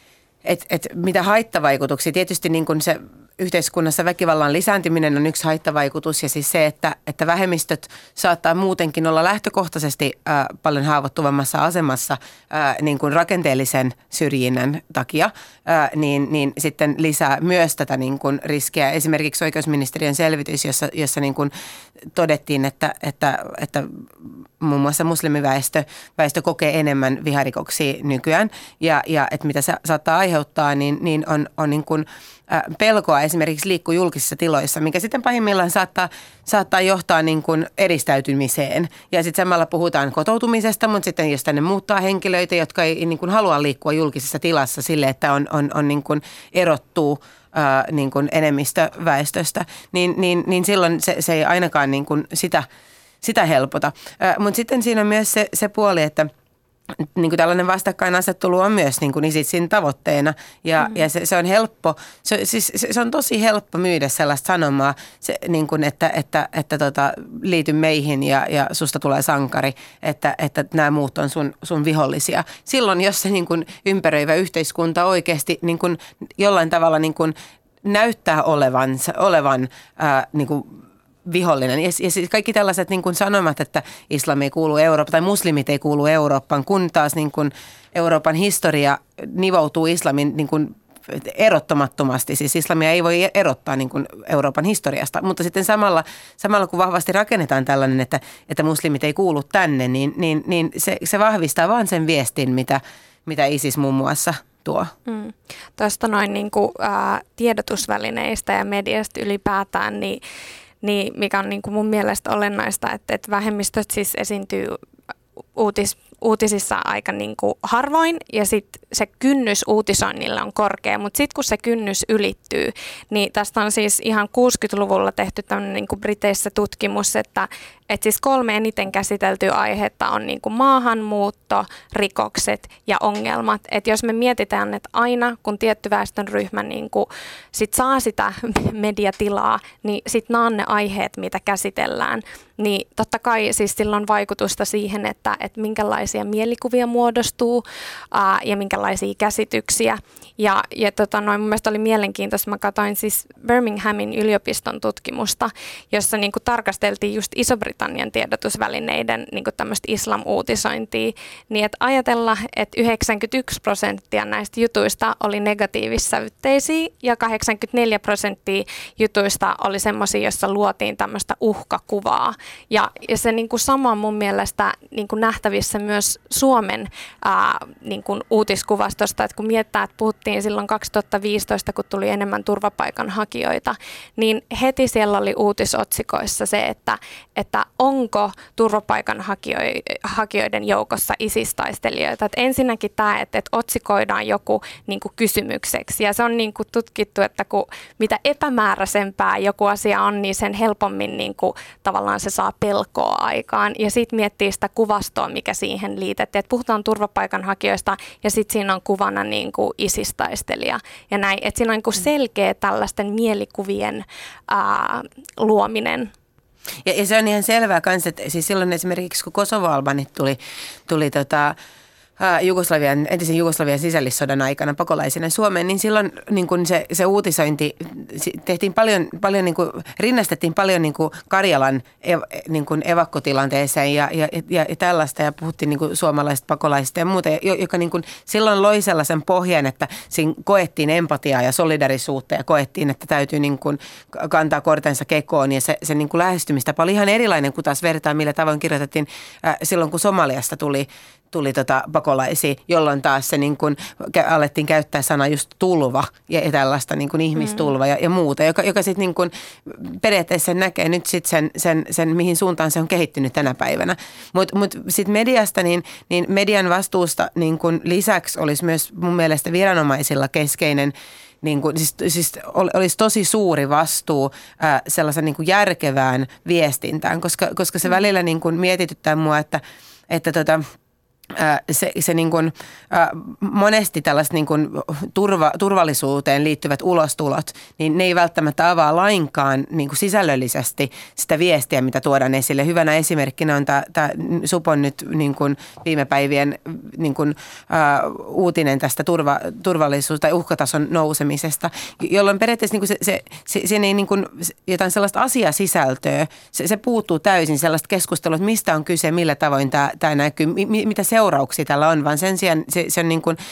Speaker 6: et, et mitä haittavaikutuksia, tietysti niin kuin se yhteiskunnassa väkivallan lisääntyminen on yksi haittavaikutus ja siis se, että, että vähemmistöt saattaa muutenkin olla lähtökohtaisesti ää, paljon haavoittuvammassa asemassa ää, niin kuin rakenteellisen syrjinnän takia, ää, niin, niin sitten lisää myös tätä niin kuin riskiä. Esimerkiksi oikeusministeriön selvitys, jossa, jossa niin kuin todettiin, että, että, että muun muassa muslimiväestö väestö kokee enemmän viharikoksia nykyään ja, ja että mitä se saattaa aiheuttaa, niin, niin on, on niin kuin pelkoa esimerkiksi liikkuu julkisissa tiloissa, mikä sitten pahimmillaan saattaa, saattaa johtaa niin kuin eristäytymiseen. Ja sitten samalla puhutaan kotoutumisesta, mutta sitten jos tänne muuttaa henkilöitä, jotka ei niin kuin halua liikkua julkisessa tilassa sille, että on, on, on niin kuin erottuu ää, niin kuin enemmistöväestöstä, niin, niin, niin silloin se, se ei ainakaan niin kuin sitä, sitä helpota. Mutta sitten siinä on myös se, se puoli, että niin kuin tällainen vastakkainasettelu on myös niin kuin ISISin tavoitteena ja, mm. ja se, se on helppo, se, siis, se, se on tosi helppo myydä sellaista sanomaa, se, niin kuin, että, että, että tota, liity meihin ja, ja susta tulee sankari, että, että nämä muut on sun, sun vihollisia. Silloin, jos se niin kuin ympäröivä yhteiskunta oikeasti niin kuin jollain tavalla niin kuin näyttää olevan, olevan ää, niin kuin vihollinen. Ja, ja siis kaikki tällaiset niin kuin sanomat, että islam ei kuulu Eurooppaan tai muslimit ei kuulu Eurooppaan, kun taas niin kuin Euroopan historia nivoutuu islamin niin kuin erottamattomasti. Siis islamia ei voi erottaa niin kuin Euroopan historiasta, mutta sitten samalla, samalla kun vahvasti rakennetaan tällainen, että, että muslimit ei kuulu tänne, niin, niin, niin se, se vahvistaa vaan sen viestin, mitä, mitä ISIS muun muassa tuo. Mm.
Speaker 1: Tuosta noin niin kuin, ää, tiedotusvälineistä ja mediasta ylipäätään, niin Niin, mikä on niin kuin mun mielestä olennaista, että, että vähemmistöt siis esiintyy uutis, uutisissa aika niin kuin harvoin ja sitten se kynnys uutisoinnille on korkea, mutta sitten kun se kynnys ylittyy, niin tästä on siis ihan kuusikymmentäluvulla tehty tämmöinen niin kuin Briteissä tutkimus, että, että siis kolme eniten käsiteltyä aihetta on niin kuin maahanmuutto, rikokset ja ongelmat. Että jos me mietitään, että aina kun tietty väestönryhmä niin kuin sit saa sitä mediatilaa, niin sitten nämä on ne aiheet, mitä käsitellään. Niin totta kai siis sillä on vaikutusta siihen, että, että minkälaisia mielikuvia muodostuu ää, ja minkälaisia käsityksiä. Ja, ja tota, noin, mun mielestä oli mielenkiintoista, mä katsoin siis Birminghamin yliopiston tutkimusta, jossa niin kuin tarkasteltiin just Iso-Britannian tiedotusvälineiden niin kuin tämmöistä islam-uutisointia, niin että ajatella, että yhdeksänkymmentäyksi prosenttia näistä jutuista oli negatiivissävytteisiä ja kahdeksankymmentäneljä prosenttia jutuista oli semmoisia, joissa luotiin tämmöistä uhkakuvaa. Ja, ja se niin kuin sama on mun mielestä niin kuin nähtävissä myös Suomen ää, niin kuin uutiskuvastosta, että kun miettää, että puhuttiin silloin kaksituhattaviisitoista, kun tuli enemmän turvapaikanhakijoita, niin heti siellä oli uutisotsikoissa se, että, että onko turvapaikanhakijoiden joukossa ISIS-taistelijoita. Että ensinnäkin tämä, että, että otsikoidaan joku niin kuin kysymykseksi ja se on niin kuin tutkittu, että kun mitä epämääräisempää joku asia on, niin sen helpommin niin kuin tavallaan se saa pelkoa aikaan ja sitten miettii sitä kuvastoa, mikä siihen liitettiin. Että puhutaan turvapaikanhakijoista ja sitten siinä on kuvana niin kuin ISIS-taistelija ja näin. Että siinä on niin kuin selkeä tällaisten mielikuvien ää, luominen.
Speaker 6: Ja, ja se on ihan selvää kanssa, että siis silloin esimerkiksi kun Kosovo-albanit tuli, tuli tota, Jugoslavian, entisen Jugoslavian sisällissodan aikana pakolaisina Suomeen, niin silloin niin kuin se, se uutisointi tehtiin paljon, paljon niin kuin, rinnastettiin paljon niin kuin Karjalan ev, niin kuin evakkotilanteeseen ja, ja, ja, ja tällaista ja puhuttiin niin kuin suomalaisista pakolaisista ja muuta, joka niin kuin silloin loi sellaisen pohjan, että siinä koettiin empatiaa ja solidarisuutta ja koettiin, että täytyy niin kuin kantaa kortensa kekoon ja se, se niin kuin lähestymistapa oli ihan erilainen kuin taas vertaa, millä tavoin kirjoitettiin äh, silloin, kun Somaliasta tuli tuli tota pakolaisia, jolloin taas se niin kuin alettiin käyttää sanaa just tulva ja tällaista niin kuin ihmistulva ja, ja muuta, joka, joka sitten niin kuin periaatteessa näkee nyt sitten sen, sen, sen, mihin suuntaan se on kehittynyt tänä päivänä. Mutta mut, mut sitten mediasta, niin, niin median vastuusta niin kuin lisäksi olisi myös mun mielestä viranomaisilla keskeinen, niin kuin, siis, siis olisi tosi suuri vastuu ää, sellaisen niin kuin järkevään viestintään, koska, koska se välillä niin kuin mietityttää mua, että, että tota, se, se niin kuin, monesti tällaiset niin kuin turva, turvallisuuteen liittyvät ulostulot, niin ne ei välttämättä avaa lainkaan niin kuin sisällöllisesti sitä viestiä, mitä tuodaan esille. Hyvänä esimerkkinä on tämä, tämä Supon nyt niin kuin viime päivien niin kuin, uh, uutinen tästä turva, turvallisuus- tai uhkatason nousemisesta, jolloin periaatteessa niin kuin se, se, se, siinä ei niin kuin jotain sellaista asiasisältöä, se, se puuttuu täysin sellaista keskustelua, että mistä on kyse, millä tavoin tämä, tämä näkyy, mi, mitä seurauksia tällä on, vaan sen sijaan se, se on niin kuin,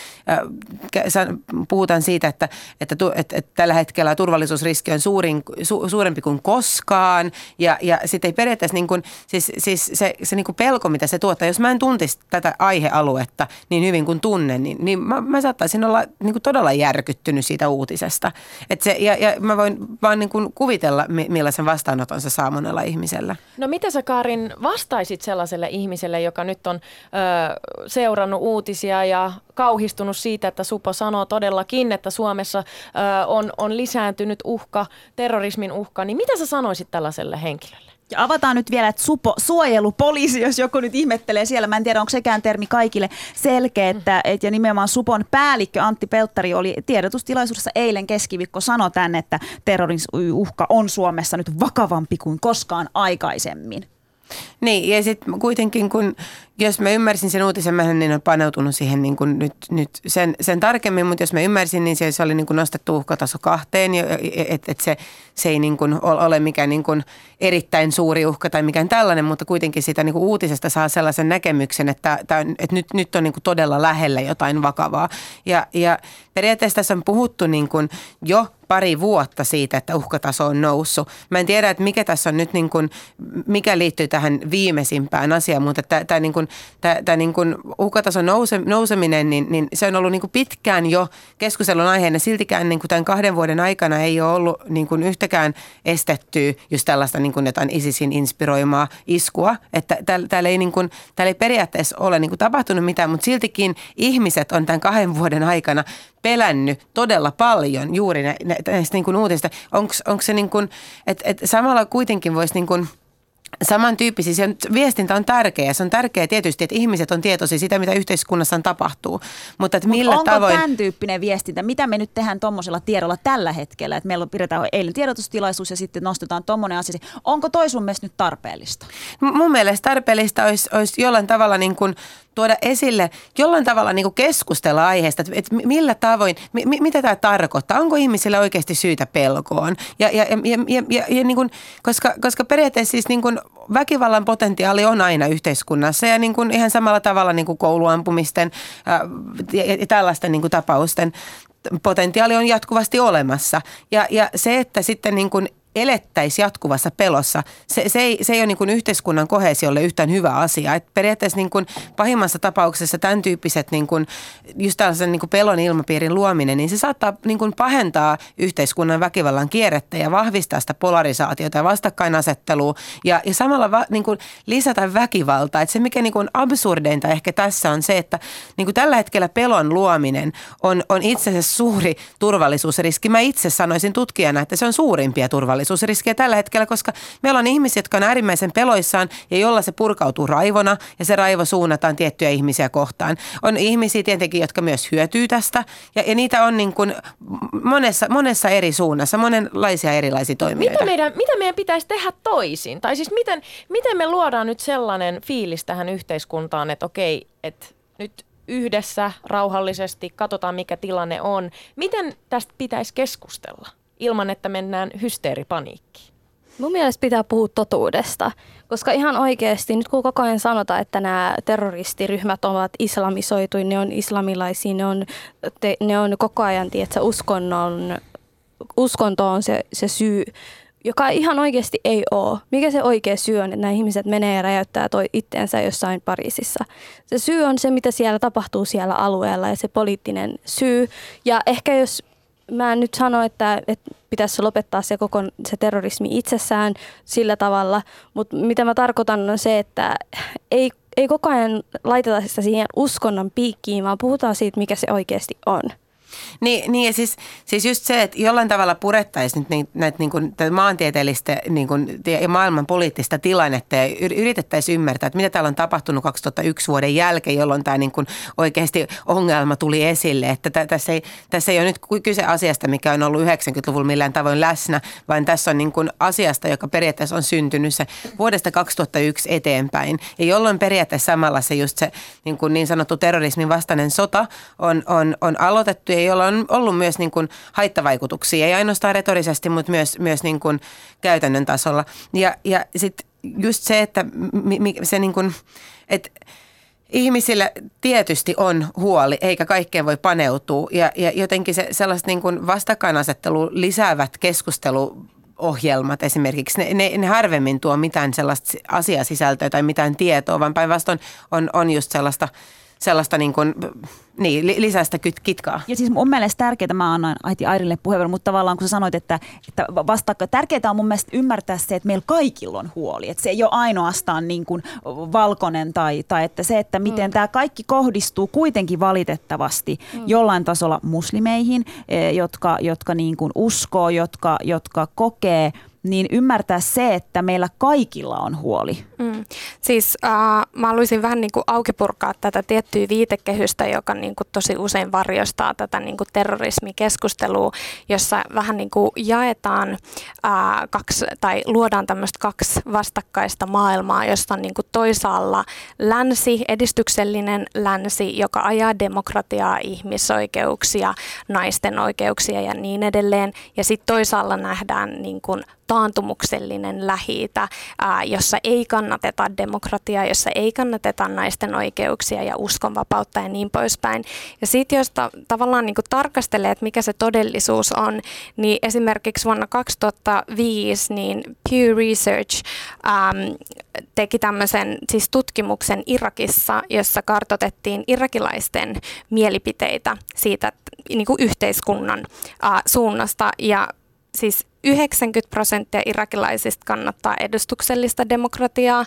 Speaker 6: äh, puhutaan siitä, että, että, että, että tällä hetkellä turvallisuusriski on suurin, su, suurempi kuin koskaan ja, ja sitten ei periaatteessa niin kuin, siis, siis se, se niin kuin pelko, mitä se tuottaa, jos mä en tuntisi tätä aihealuetta niin hyvin kuin tunnen, niin, niin mä, mä saattaisin olla niin kuin todella järkyttynyt siitä uutisesta. Et se, ja, ja mä voin vaan niin kuin kuvitella, millaisen vastaanoton se saa monella ihmisellä.
Speaker 5: No mitä sä, Karin, vastaisit sellaiselle ihmiselle, joka nyt on ö, seurannut uutisia ja kauhistunut siitä, että Supo sanoo todellakin, että Suomessa ö, on, on lisääntynyt uhka, terrorismin uhka, niin mitä sä sanoisit tällaiselle henkilölle?
Speaker 4: Ja avataan nyt vielä, että Supo, suojelupoliisi, jos joku nyt ihmettelee siellä. Mä en tiedä, onko sekään termi kaikille selkeä, että, et, ja nimenomaan Supon päällikkö Antti Pelttari oli tiedotustilaisuudessa eilen keskiviikko sanoi tänne, että terrorismiuhka on Suomessa nyt vakavampi kuin koskaan aikaisemmin.
Speaker 6: Niin, ja sitten kuitenkin, kun, jos mä ymmärsin sen uutisen, mä en ole paneutunut siihen niin kuin nyt, nyt sen, sen tarkemmin, mutta jos mä ymmärsin, niin se, se oli niin kuin nostettu uhkataso kahteen, että et se, se ei niin kuin ole mikään niin kuin erittäin suuri uhka tai mikään tällainen, mutta kuitenkin sitä niin kuin uutisesta saa sellaisen näkemyksen, että, että nyt, nyt on niin kuin todella lähellä jotain vakavaa. Ja, ja periaatteessa tässä on puhuttu niin kuin jo pari vuotta siitä, että uhkataso on noussut. Mä en tiedä, että mikä tässä on nyt, niin kuin, mikä liittyy tähän viimeisimpään asiaan, mutta tämä, tämä, niin kuin, tämä, tämä niin kuin uhkatason nouse, nouseminen, niin, niin se on ollut niin kuin pitkään jo keskustelun aiheena. Siltikään niin kuin tämän kahden vuoden aikana ei ole ollut niin kuin yhtäkään estettyä just tällaista niin kuin jotain ISISin inspiroimaa iskua. Että täällä, täällä, ei, niin kuin, täällä ei periaatteessa ole niin kuin tapahtunut mitään, mutta siltikin ihmiset on tämän kahden vuoden aikana pelännyt todella paljon juuri nä, nä, näistä niin kuin uutisista. Onko se niin kuin, että et samalla kuitenkin voisi niin kuin samantyyppisiä. Se viestintä on tärkeää. Se on tärkeää tietysti, että ihmiset on tietoisia sitä, mitä yhteiskunnassa tapahtuu. Mutta että millä
Speaker 4: onko
Speaker 6: tavoin
Speaker 4: tämän tyyppinen viestintä? Mitä me nyt tehdään tuommoisella tiedolla tällä hetkellä? Että meillä pidetään eilen tiedotustilaisuus ja sitten nostetaan tuommoinen asia. Onko toi sun mielestä nyt tarpeellista?
Speaker 6: Mun mielestä tarpeellista olisi, olisi jollain tavalla niin kuin tuoda esille, jollain tavalla niin kuin keskustella aiheesta, että millä tavoin, mi, mitä tämä tarkoittaa, onko ihmisillä oikeasti syytä pelkoon. Ja, ja, ja, ja, ja, ja niin kuin, koska, koska periaatteessa siis niin kuin väkivallan potentiaali on aina yhteiskunnassa ja niin kuin ihan samalla tavalla niin kuin kouluampumisten ää, ja, ja tällaisten niin kuin tapausten potentiaali on jatkuvasti olemassa. Ja, ja se, että sitten niin kuin elettäisiin jatkuvassa pelossa, se, se, ei, se ei ole niin kuin yhteiskunnan koheesiolle yhtään hyvä asia. Et periaatteessa niin kuin pahimmassa tapauksessa tämän tyyppiset niin kuin, just tällaisen niin kuin pelon ilmapiirin luominen, niin se saattaa niin kuin pahentaa yhteiskunnan väkivallan kierrettä ja vahvistaa sitä polarisaatiota ja vastakkainasettelua ja, ja samalla va, niin kuin lisätä väkivaltaa. Et se mikä niin kuin absurdeinta ehkä tässä on se, että niin kuin tällä hetkellä pelon luominen on, on itse asiassa suuri turvallisuusriski. Mä itse sanoisin tutkijana, että se on suurimpia turvallisuusriskejä tällä hetkellä, koska meillä on ihmisiä, jotka on äärimmäisen peloissaan ja jolla se purkautuu raivona ja se raivo suunnataan tiettyjä ihmisiä kohtaan. On ihmisiä tietenkin, jotka myös hyötyy tästä ja, ja niitä on niin kuin monessa, monessa eri suunnassa, monenlaisia erilaisia toimijoita.
Speaker 5: Mitä meidän, mitä meidän pitäisi tehdä toisin? Tai siis miten, miten me luodaan nyt sellainen fiilis tähän yhteiskuntaan, että okei, että nyt yhdessä rauhallisesti katsotaan mikä tilanne on. Miten tästä pitäisi keskustella ilman, että mennään hysteeripaniikkiin?
Speaker 7: Mun mielestä pitää puhua totuudesta, koska ihan oikeasti nyt kun koko ajan sanotaan, että nämä terroristiryhmät ovat islamisoituja, ne on islamilaisia, ne on, te, ne on koko ajan, tiedätkö, uskonnon, uskonto on se, se syy, joka ihan oikeasti ei ole. Mikä se oikea syy on, että nämä ihmiset menee ja räjäyttää toi itteensä jossain Pariisissa? Se syy on se, mitä siellä tapahtuu siellä alueella ja se poliittinen syy. Ja ehkä jos mä en nyt sano, että, että pitäisi lopettaa se koko se terrorismi itsessään sillä tavalla, mutta mitä mä tarkoitan on se, että ei, ei koko ajan laiteta sitä siihen uskonnon piikkiin, vaan puhutaan siitä, mikä se oikeasti on.
Speaker 6: Niin, niin ja siis, siis just se, että jollain tavalla purettaisiin nyt näitä niin kuin, maantieteellistä niin kuin, ja maailman poliittista tilannetta ja yritettäisiin ymmärtää, että mitä täällä on tapahtunut kaksituhattayksi vuoden jälkeen, jolloin tämä niin kuin, oikeasti ongelma tuli esille. Että t- tässä, ei, tässä ei ole nyt kyse asiasta, mikä on ollut yhdeksänkymmentäluvulla millään tavoin läsnä, vaan tässä on niin kuin, asiasta, joka periaatteessa on syntynyt se vuodesta kaksituhattayksi eteenpäin. Ja jolloin periaatteessa samalla se just se niin, kuin niin sanottu terrorismin vastainen sota on, on, on aloitettu ja jolla on ollut myös niin kuin haittavaikutuksia, ei ainoastaan retorisesti, mutta myös, myös niin kuin käytännön tasolla. Ja, ja sitten just se, että mi, mi, se niin kuin, että ihmisillä tietysti on huoli, eikä kaikkeen voi paneutua. Ja, ja jotenkin se sellaiset niin kuin vastakkainasettelu lisäävät keskusteluohjelmat esimerkiksi, ne, ne, ne harvemmin tuo mitään sellaista asiasisältöä tai mitään tietoa, vaan päinvastoin on, on just sellaista sellaista niin kuin, niin, lisästä kitkaa.
Speaker 4: Ja siis mun mielestä tärkeää, mä annan äiti Airille puheenvuoron, mutta tavallaan kun sä sanoit, että, että vastakka, tärkeää on mun mielestä ymmärtää se, että meillä kaikilla on huoli. Että se ei ole ainoastaan niin kuin valkoinen tai, tai että se, että miten mm. tämä kaikki kohdistuu kuitenkin valitettavasti mm. jollain tasolla muslimeihin, jotka, jotka niin kuin uskoo, jotka, jotka kokee, niin ymmärtää se, että meillä kaikilla on huoli.
Speaker 1: Mm. Siis äh, mä haluaisin vähän niin kuin aukipurkaa tätä tiettyä viitekehystä, joka niin kuin tosi usein varjostaa tätä niin kuin terrorismikeskustelua, jossa vähän niin kuin jaetaan äh, kaksi, tai luodaan tämmöistä kaksi vastakkaista maailmaa, josta on niin kuin toisaalla länsi, edistyksellinen länsi, joka ajaa demokratiaa, ihmisoikeuksia, naisten oikeuksia ja niin edelleen. Ja sitten toisaalla nähdään niin kuin taantumuksellinen Lähi-itä, ää, jossa ei kannateta demokratiaa, jossa ei kannateta naisten oikeuksia ja uskonvapautta ja niin poispäin. Ja sitten jos ta- tavallaan niin kuin tarkastelee, että mikä se todellisuus on, niin esimerkiksi vuonna kaksituhattaviisi niin Pew Research äm, teki tämmöisen siis tutkimuksen Irakissa, jossa kartoitettiin irakilaisten mielipiteitä siitä niin kuin yhteiskunnan ää, suunnasta ja siis yhdeksänkymmentä prosenttia irakilaisista kannattaa edustuksellista demokratiaa,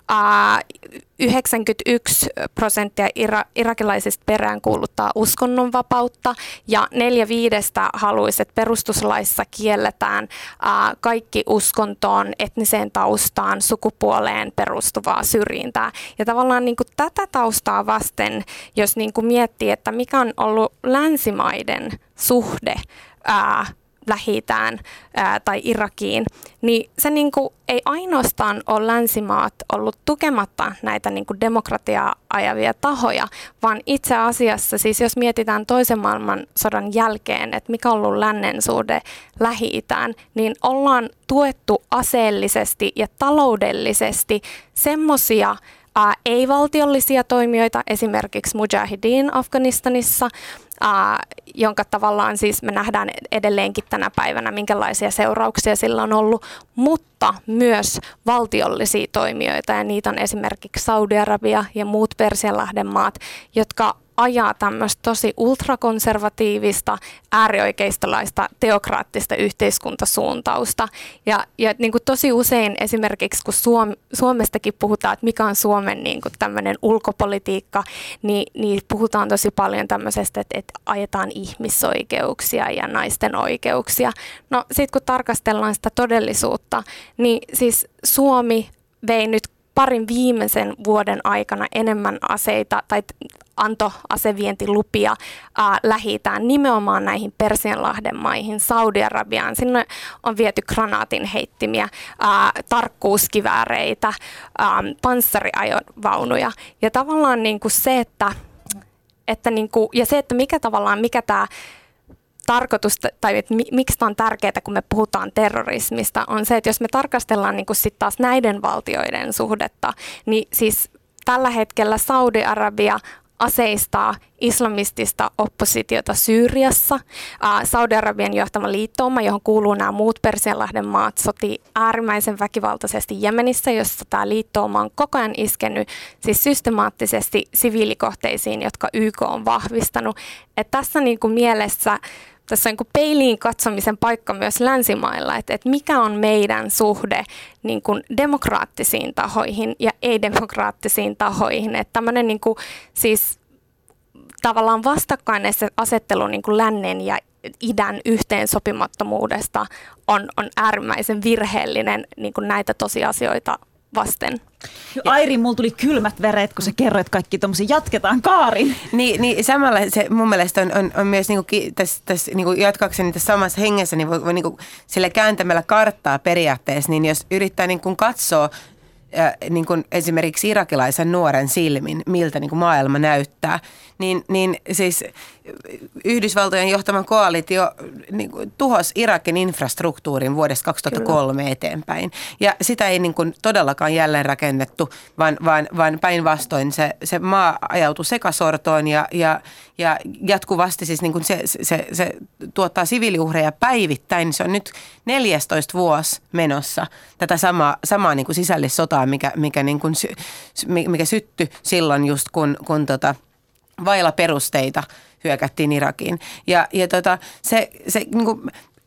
Speaker 1: yhdeksänkymmentäyksi prosenttia ira- irakilaisista peräänkuuluttaa uskonnonvapautta ja neljä viidestä haluaisi, että perustuslaissa kielletään ää, kaikki uskontoon, etniseen taustaan, sukupuoleen perustuvaa syrjintää. Ja tavallaan niin kuin tätä taustaa vasten, jos niin kuin miettii, että mikä on ollut länsimaiden suhde ää, Lähi-itään ää, tai Irakiin, niin se niinku ei ainoastaan ole länsimaat ollut tukematta näitä niinku demokratiaa ajavia tahoja, vaan itse asiassa siis jos mietitään toisen maailmansodan jälkeen, että mikä on ollut lännen suhde Lähi-itään, niin ollaan tuettu aseellisesti ja taloudellisesti semmoisia Ää, ei-valtiollisia toimijoita, esimerkiksi Mujahideen Afganistanissa, ää, jonka tavallaan siis me nähdään edelleenkin tänä päivänä, minkälaisia seurauksia sillä on ollut, mutta myös valtiollisia toimijoita, ja niitä on esimerkiksi Saudi-Arabia ja muut Persianlahden maat, jotka ajaa tämmöistä tosi ultrakonservatiivista, äärioikeistolaista, teokraattista yhteiskuntasuuntausta. Ja, ja niin kuin tosi usein esimerkiksi, kun Suom- Suomestakin puhutaan, että mikä on Suomen niin kuin tämmöinen ulkopolitiikka, niin, niin puhutaan tosi paljon tämmöisestä, että, että ajetaan ihmisoikeuksia ja naisten oikeuksia. No sitten kun tarkastellaan sitä todellisuutta, niin siis Suomi vei nyt parin viimeisen vuoden aikana enemmän aseita tai antoi asevientilupia äh, Lähi-itään nimenomaan näihin Persianlahden maihin, Saudi-Arabiaan. Sinne on viety granaatinheittimiä, äh, tarkkuuskivääreitä, äh, panssariajovaunuja. Ja tavallaan niin kuin se, että, että niin kuin, ja se, että mikä tavallaan, mikä tämä tarkoitus, tai että miksi tämä on tärkeää, kun me puhutaan terrorismista, on se, että jos me tarkastellaan niin kuin sit taas näiden valtioiden suhdetta, niin siis tällä hetkellä Saudi-Arabia aseistaa islamistista oppositiota Syyriassa. Saudi-Arabian johtama liittouma, johon kuuluu nämä muut Persianlahden maat, sotii äärimmäisen väkivaltaisesti Jemenissä, jossa tämä liittouma on koko ajan iskenyt siis systemaattisesti siviilikohteisiin, jotka Y K on vahvistanut. Et tässä niin kuin mielessä tässä on niin kuin peiliin katsomisen paikka myös länsimailla, että, että mikä on meidän suhde niin kuin demokraattisiin tahoihin ja ei-demokraattisiin tahoihin. Että tämmöinen niin kuin, siis tavallaan vastakkainasettelu niin kuin lännen ja idän yhteensopimattomuudesta on, on äärimmäisen virheellinen niin kuin näitä tosiasioita vasten.
Speaker 4: Airi, mulla tuli kylmät veret, kun sä kerroit kaikki tommosia, jatketaan Kaarin.
Speaker 6: Niin, niin samalla se mun mielestä on, on, on myös niinku, tässä, tässä niinku jatkaakseni tässä samassa hengessä, niin voi, voi niinku, sillä kääntämällä karttaa periaatteessa, niin jos yrittää niinku katsoa äh, niinku esimerkiksi irakilaisen nuoren silmin, miltä niinku maailma näyttää, niin, niin siis Yhdysvaltojen johtama koalitio niin kuin tuhosi Irakin infrastruktuurin vuodesta kaksituhattakolme Kyllä. eteenpäin. Ja sitä ei niin kuin todellakaan jälleen rakennettu, vaan, vaan, vaan päinvastoin se, se maa ajautui sekasortoon ja, ja, ja jatkuvasti siis niin kuin se, se, se tuottaa siviiliuhreja päivittäin. Se on nyt neljästoista vuosi menossa tätä samaa, samaa niin kuin sisällissotaa, mikä, mikä, niin kuin, mikä syttyi silloin just kun, kun tota, vailla perusteita hyökättiin Irakiin. Ja, ja tota, se, se niin kuin,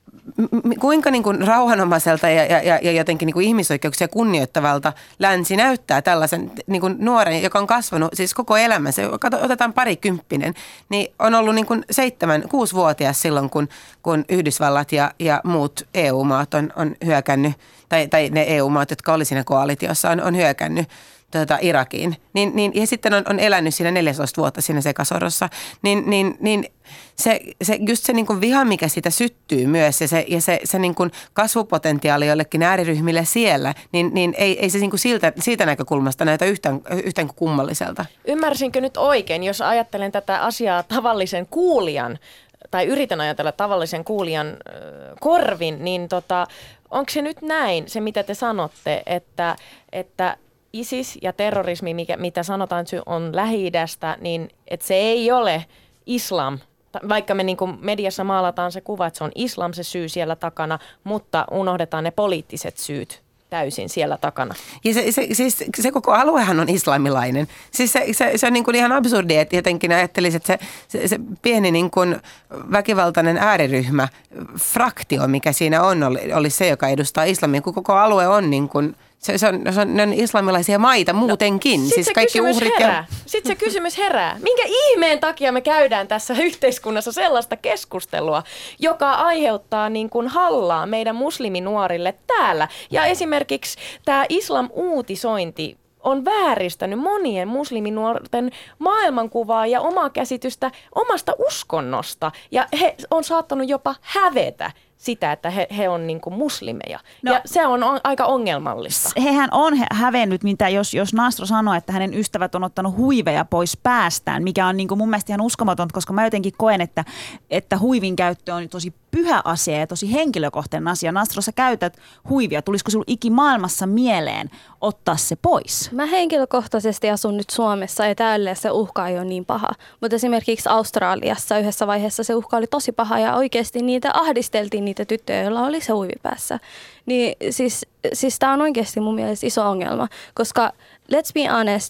Speaker 6: kuinka niin kuin rauhanomaiselta ja, ja, ja jotenkin niin kuin ihmisoikeuksia kunnioittavalta länsi näyttää tällaisen niin kuin nuoren, joka on kasvanut siis koko elämänsä, otetaan parikymppinen, niin on ollut niin kuin seitsemän, kuusivuotias silloin, kun, kun Yhdysvallat ja, ja muut E U-maat on, on hyökännyt, tai, tai ne E U-maat, jotka oli siinä koalitiossa, on, on hyökännyt Tuota, Irakiin, niin, niin, ja sitten on, on elänyt siinä neljätoista vuotta siinä sekasorrossa, niin, niin, niin se, se, just se niin kuin viha, mikä siitä syttyy myös, ja se, ja se, se niin kuin kasvupotentiaali jollekin ääriryhmille siellä, niin, niin ei, ei se niin kuin siltä, siitä näkökulmasta näytä yhtään, yhtään kummalliselta.
Speaker 5: Ymmärsinkö nyt oikein, jos ajattelen tätä asiaa tavallisen kuulijan, tai yritän ajatella tavallisen kuulijan äh, korvin, niin tota, onko se nyt näin, se mitä te sanotte, että, että ISIS ja terrorismi, mikä, mitä sanotaan, että on Lähi-idästä, niin että se ei ole islam, vaikka me niin kuin mediassa maalataan se kuva, että se on islam se syy siellä takana, mutta unohdetaan ne poliittiset syyt täysin siellä takana.
Speaker 6: Ja se, se, siis se koko aluehan on islamilainen. Siis se, se, se on niin kuin ihan absurdi, että jotenkin ajattelisi, että se, se, se pieni niin kuin väkivaltainen ääriryhmä, fraktio, mikä siinä on, oli, oli se, joka edustaa islamia, kun koko alue on niin kuin Se, se, on, se on, ne on islamilaisia maita muutenkin.
Speaker 5: No,
Speaker 6: siis kaikki uhrit
Speaker 5: herää. Ja... Sitten se kysymys herää. Minkä ihmeen takia me käydään tässä yhteiskunnassa sellaista keskustelua, joka aiheuttaa niin kuin hallaa meidän musliminuorille täällä? Ja esimerkiksi tämä islam-uutisointi on vääristänyt monien musliminuorten maailmankuvaa ja omaa käsitystä omasta uskonnosta. Ja he on saattanut jopa hävetä sitä, että he, he on niin kuin muslimeja. No, ja se on, on aika ongelmallista.
Speaker 4: Hehän on hävennyt, mitä jos, jos Nasro sanoo, että hänen ystävät on ottanut huiveja pois päästään, mikä on niin kuin mun mielestä ihan uskomatonta, koska mä jotenkin koen, että, että huivin käyttö on tosi pyhä asia ja tosi henkilökohtainen asia. Nasro, sä käytät huivia. Tulisiko sinulla ikimaailmassa mieleen ottaa se pois?
Speaker 7: Mä henkilökohtaisesti asun nyt Suomessa ja täällä se uhka ei ole niin paha. Mutta esimerkiksi Australiassa yhdessä vaiheessa se uhka oli tosi paha ja oikeasti niitä ahdisteltiin niitä tyttöjä, joilla oli se huivi päässä. Niin siis, siis tää on oikeasti mun mielestä iso ongelma, koska let's be honest,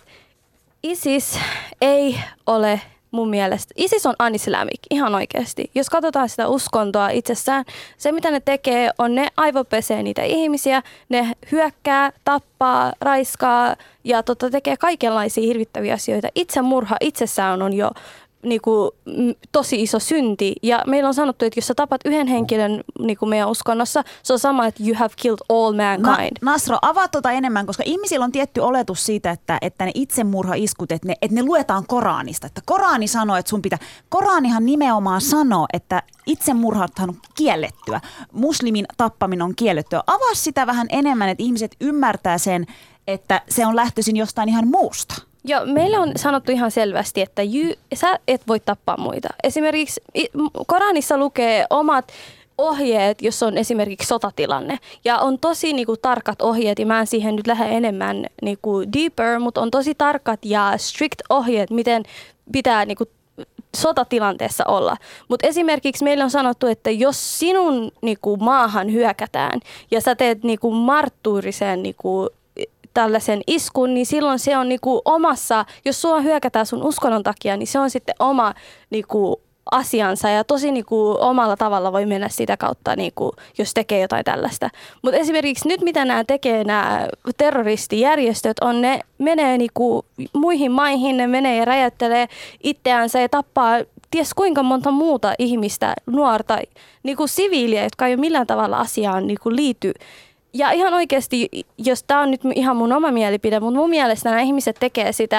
Speaker 7: ISIS ei ole mun mielestä, ISIS on un-islamic, ihan oikeasti. Jos katsotaan sitä uskontoa itsessään, se mitä ne tekee on ne aivopesee niitä ihmisiä, ne hyökkää, tappaa, raiskaa ja tota, tekee kaikenlaisia hirvittäviä asioita. Itsemurha itsessään on jo niinku, tosi iso synti ja meillä on sanottu, että jos sä tapat yhden henkilön niinku meidän uskonnossa, se on sama, että you have killed all mankind.
Speaker 4: Na, Nasro, avaa tuota enemmän, koska ihmisillä on tietty oletus siitä, että, että ne itsemurhaiskut, että ne, että ne luetaan Koranista. Että Korani sanoo, että sun pitää, Koranihan nimenomaan sanoo, että itsemurhathan on kiellettyä. Muslimin tappaminen on kiellettyä. Avaa sitä vähän enemmän, että ihmiset ymmärtää sen, että se on lähtöisin jostain ihan muusta.
Speaker 7: Joo, meillä on sanottu ihan selvästi, että you, sä et voi tappaa muita. Esimerkiksi Koranissa lukee omat ohjeet, jos on esimerkiksi sotatilanne. Ja on tosi niinku, tarkat ohjeet, ja mä en siihen nyt lähde enemmän niinku, deeper, mutta on tosi tarkat ja strict ohjeet, miten pitää niinku, sotatilanteessa olla. Mutta esimerkiksi meillä on sanottu, että jos sinun niinku, maahan hyökätään ja sä teet niinku, marttuurisen niinku, tällaisen iskun, niin silloin se on niinku omassa, jos sua hyökätään sun uskonnon takia, niin se on sitten oma niinku, asiansa ja tosi niin kuin omalla tavalla voi mennä sitä kautta, niin kuin, jos tekee jotain tällaista. Mutta esimerkiksi nyt mitä nämä tekee, nämä terroristijärjestöt, on ne menee niin kuin muihin maihin, ne menee ja räjäyttelee itseänsä ja tappaa ties kuinka monta muuta ihmistä, nuorta, niin kuin siviiliä, jotka ei ole millään tavalla asiaan niin kuin liity. Ja ihan oikeasti, jos tämä on nyt ihan mun oma mielipide, mutta mun mielestä nämä ihmiset tekee sitä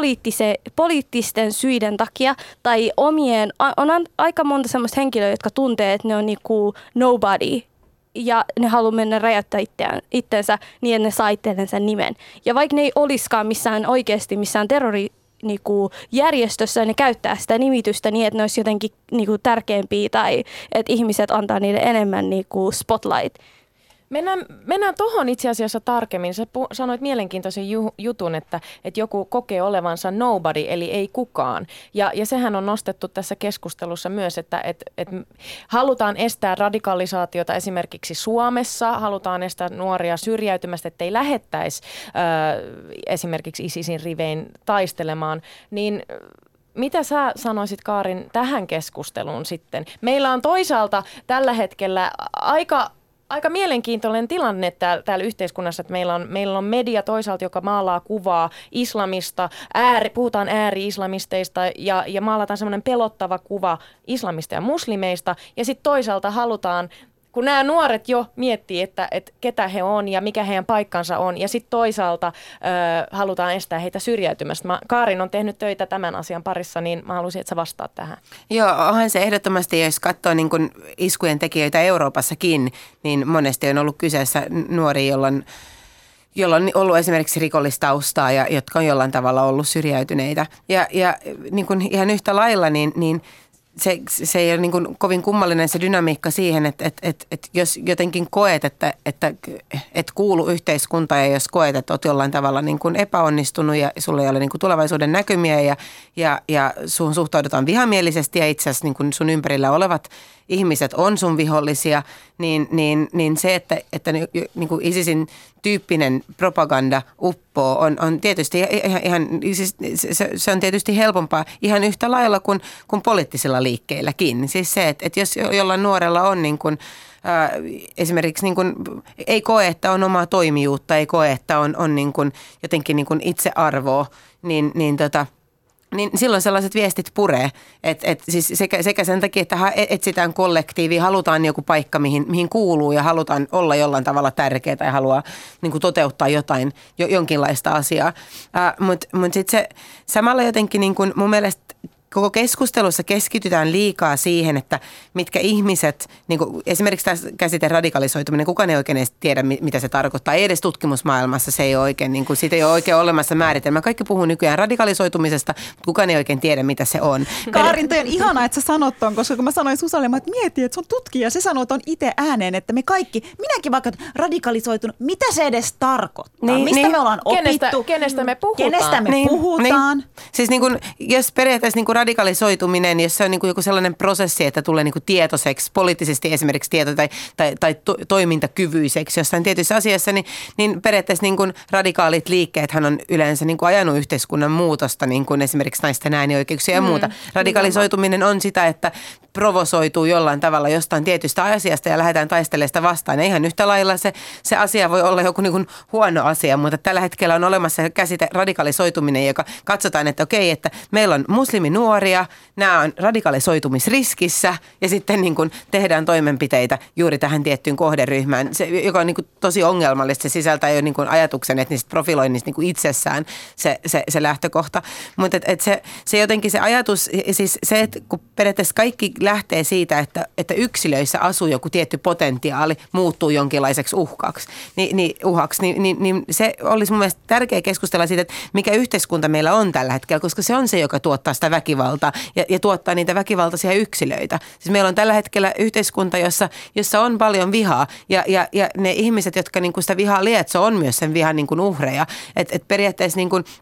Speaker 7: poliittisten syiden takia tai omien, on aika monta semmoista henkilöä, jotka tuntee, että ne on niinku nobody ja ne haluaa mennä räjäyttää itseään, itsensä niin, että ne saa itsellensä nimen. Ja vaikka ne ei olisikaan missään oikeasti missään terrori Niinku järjestössä, ne käyttää sitä nimitystä niin, että ne olisi jotenkin niinku tärkeämpiä tai että ihmiset antaa niille enemmän niinku spotlight.
Speaker 5: Mennään, mennään tuohon itse asiassa tarkemmin. Sä pu, sanoit mielenkiintoisen ju, jutun, että, että joku kokee olevansa nobody, eli ei kukaan. Ja, ja sehän on nostettu tässä keskustelussa myös, että et, et halutaan estää radikalisaatiota esimerkiksi Suomessa, halutaan estää nuoria syrjäytymästä, ettei lähettäisi äh, esimerkiksi ISISin rivein taistelemaan, niin mitä sä sanoisit, Kaarin, tähän keskusteluun sitten? Meillä on toisaalta tällä hetkellä aika... Aika mielenkiintoinen tilanne täällä, täällä yhteiskunnassa, että meillä on, meillä on media toisaalta, joka maalaa kuvaa islamista, ääri, puhutaan ääri-islamisteista ja, ja maalataan semmoinen pelottava kuva islamista ja muslimeista. Ja sitten toisaalta halutaan, kun nämä nuoret jo miettii, että, että ketä he on ja mikä heidän paikkansa on, ja sitten toisaalta ö, halutaan estää heitä syrjäytymästä. Mä, Kaarin on tehnyt töitä tämän asian parissa, niin mä haluaisin, että sä vastaat tähän. Joo,
Speaker 6: onhan se ehdottomasti, jos katsoo niin kun iskujen tekijöitä Euroopassakin, niin monesti on ollut kyseessä nuori, jolla on, jolla on ollut esimerkiksi rikollistaustaa ja jotka on jollain tavalla ollut syrjäytyneitä. Ja, ja niin kun ihan yhtä lailla, niin... niin Se, se ei ole niin kuin kovin kummallinen se dynamiikka siihen, että, että, että, että jos jotenkin koet, että, että, että kuulu yhteiskuntaan ja jos koet, että olet jollain tavalla niin kuin epäonnistunut ja sulla ei ole niin kuin tulevaisuuden näkymiä ja, ja, ja sun suhtaudutaan vihamielisesti ja itse asiassa niin kuin sun ympärillä olevat ihmiset on sun vihollisia, niin, niin, niin se, että, että niin kuin ISISin tyyppinen propaganda uppoo on, on tietysti ihan, ihan siis se, se on tietysti helpompaa ihan yhtä lailla kuin, kuin poliittisilla liikkeilläkin. Siis se, että, että jos jollain nuorella on niin kuin, ää, esimerkiksi niin kuin, ei koe, että on omaa toimijuutta, ei koe, että on, on niin kuin, jotenkin niin kuin itsearvoa, niin, niin tota, niin silloin sellaiset viestit puree, että et siis sekä, sekä sen takia, että etsitään kollektiivia, halutaan joku paikka, mihin, mihin kuuluu ja halutaan olla jollain tavalla tärkeää ja haluaa niin kuin toteuttaa jotain, jo, jonkinlaista asiaa. Äh, Mutta mut sitten se samalla jotenkin niin kuin mun mielestä koko keskustelussa keskitytään liikaa siihen, että mitkä ihmiset, niin kuin esimerkiksi tässä käsite radikalisoituminen, kukaan ei oikein edes tiedä, mitä se tarkoittaa. Ei edes tutkimusmaailmassa se ei ole oikein, niin kuin siitä ei ole oikein olemassa määritelmä. Kaikki puhuu nykyään radikalisoitumisesta, mutta kukaan ei oikein tiedä, mitä se on.
Speaker 4: Kaarin, toi on ihanaa, että sä sanot ton, koska kun mä sanoin Susalle, että mieti, että se on tutkija, se sanoo ton itse ääneen, että me kaikki, minäkin vaikka radikalisoitunut, mitä se edes tarkoittaa?
Speaker 6: Niin,
Speaker 4: Mistä
Speaker 6: niin.
Speaker 4: me ollaan opittu?
Speaker 5: Kenestä, kenestä me puhutaan?
Speaker 4: Kenestä me
Speaker 6: niin,
Speaker 4: puhutaan?
Speaker 6: Niin. Siis niin kuin, jos periaatteessa niin kuin radikalisoituminen, jos se on niin kuin joku sellainen prosessi, että tulee niin kuin tietoiseksi, poliittisesti esimerkiksi tieto- tai, tai, tai to, toimintakyvyiseksi jossain tietyssä asiassa, niin, niin periaatteessa niin kuin radikaalit liikkeethän on yleensä niin kuin ajanut yhteiskunnan muutosta, niin kuin esimerkiksi naisten äänioikeuksia ja muuta. Mm, Radikalisoituminen on sitä, että provosoituu jollain tavalla jostain tietystä asiasta ja lähdetään taistelemaan sitä vastaan. Ja ihan yhtä lailla se, se asia voi olla joku niin kuin huono asia, mutta tällä hetkellä on olemassa käsite radikalisoituminen, joka katsotaan, että okei, että meillä on musliminuoria, nämä on radikalisoitumisriskissä ja sitten niin kuin tehdään toimenpiteitä juuri tähän tiettyyn kohderyhmään, se, joka on niin kuin tosi ongelmallista. Se sisältää jo niin kuin ajatuksen etnisestä profiloinnista niin kuin itsessään se, se, se lähtökohta. Mutta et, et se, se jotenkin se ajatus, siis se, että kun periaatteessa kaikki lähtee siitä, että, että yksilöissä asuu joku tietty potentiaali, muuttuu jonkinlaiseksi uhkaksi, niin, niin, uhaksi, niin, niin, niin se olisi mun mielestä tärkeä keskustella siitä, että mikä yhteiskunta meillä on tällä hetkellä, koska se on se, joka tuottaa sitä väkivaltaa ja, ja tuottaa niitä väkivaltaisia yksilöitä. Siis meillä on tällä hetkellä yhteiskunta, jossa, jossa on paljon vihaa ja, ja, ja ne ihmiset, jotka niin kuin sitä vihaa lietsoo, on myös sen vihan niin kuin uhreja. Että et periaatteessa niin kuin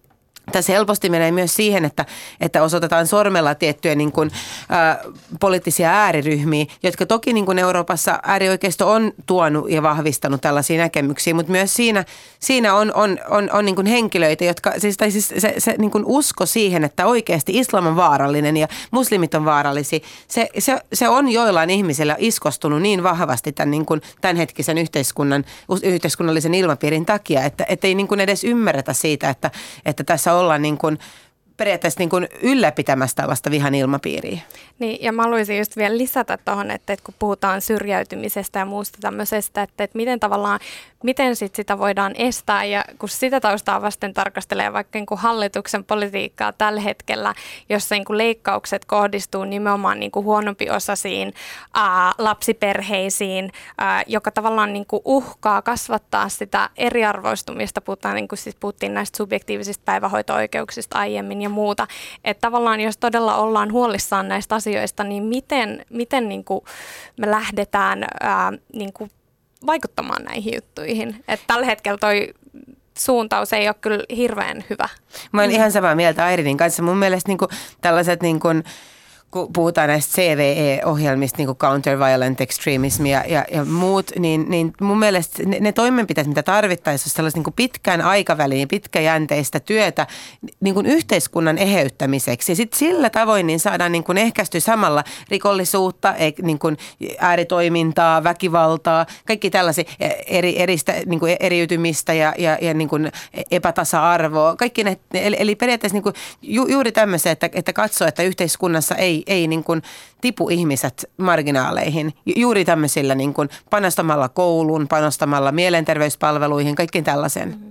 Speaker 6: tässä helposti menee myös siihen, että, että osoitetaan sormella tiettyjä niin kuin, ä, poliittisia ääriryhmiä, jotka toki niin kuin Euroopassa äärioikeisto on tuonut ja vahvistanut tällaisia näkemyksiä, mutta myös siinä, siinä on, on, on, on niin kuin henkilöitä, jotka, siis, tai siis se, se niin kuin usko siihen, että oikeasti islam on vaarallinen ja muslimit on vaarallisia, se, se, se on joillain ihmisillä iskostunut niin vahvasti tämän niin kuin tämänhetkisen yhteiskunnan, yhteiskunnallisen ilmapiirin takia, että, että ei niin kuin edes ymmärretä siitä, että, että tässä ollaan niin kuin periaatteessa niin kuin ylläpitämässä tällaista vihan ilmapiiriä.
Speaker 1: Niin, ja mä haluaisin just vielä lisätä tuohon, että, että kun puhutaan syrjäytymisestä ja muusta tämmöisestä, että, että miten tavallaan, miten sit sitä voidaan estää, ja kun sitä taustaa vasten tarkastelee vaikka niin kuin hallituksen politiikkaa tällä hetkellä, jossa niin kuin leikkaukset kohdistuu nimenomaan niin kuin huonompiosaisiin ää, lapsiperheisiin, ää, joka tavallaan niin kuin uhkaa kasvattaa sitä eriarvoistumista, puhutaan, niin kuin siis puhuttiin näistä subjektiivisista päivähoito-oikeuksista aiemmin ja muuta, että tavallaan jos todella ollaan huolissaan näistä asioista, niin miten, miten niin kuin me lähdetään ää, niin kuin vaikuttamaan näihin juttuihin. Että tällä hetkellä toi suuntaus ei ole kyllä hirveän hyvä.
Speaker 6: Mä olen mm. ihan samaa mieltä Airinin kanssa. Mun mielestä niin kuin tällaiset niin kuin kun puhutaan näistä C V E-ohjelmista, niin kuin Counter-Violent Extremism ja, ja, ja muut, niin, niin mun mielestä ne, ne toimenpiteet, mitä tarvittaisiin, on sellaista niin kuin pitkän aikavälin, pitkäjänteistä työtä niin kuin yhteiskunnan eheyttämiseksi. Ja sitten sillä tavoin niin saadaan niin kuin ehkäistyä samalla rikollisuutta, niin kuin ääritoimintaa, väkivaltaa, kaikki tällaisia eri, eristä, niin kuin eriytymistä ja, ja, ja niin kuin epätasa-arvoa. Kaikki ne, eli, eli periaatteessa niin kuin ju, juuri tämmöisiä, että, että katsoo, että yhteiskunnassa ei ei niin kuin tipu ihmiset marginaaleihin. Juuri tämmöisillä niin kuin panostamalla kouluun, panostamalla mielenterveyspalveluihin, kaikkiin tällaiseen.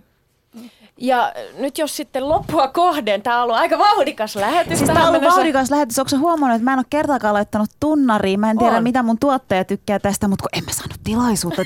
Speaker 5: Ja nyt jos sitten loppua kohden, tämä on ollut aika vauhdikas lähetys.
Speaker 4: Siis tämä on ollut vauhdikas lähetys. Onko sä huomannut, että mä en ole kertaakaan laittanut tunnariin? Mä en tiedä, on. mitä mun tuottaja tykkää tästä, mutta kun en mä saanut tilaisuutta.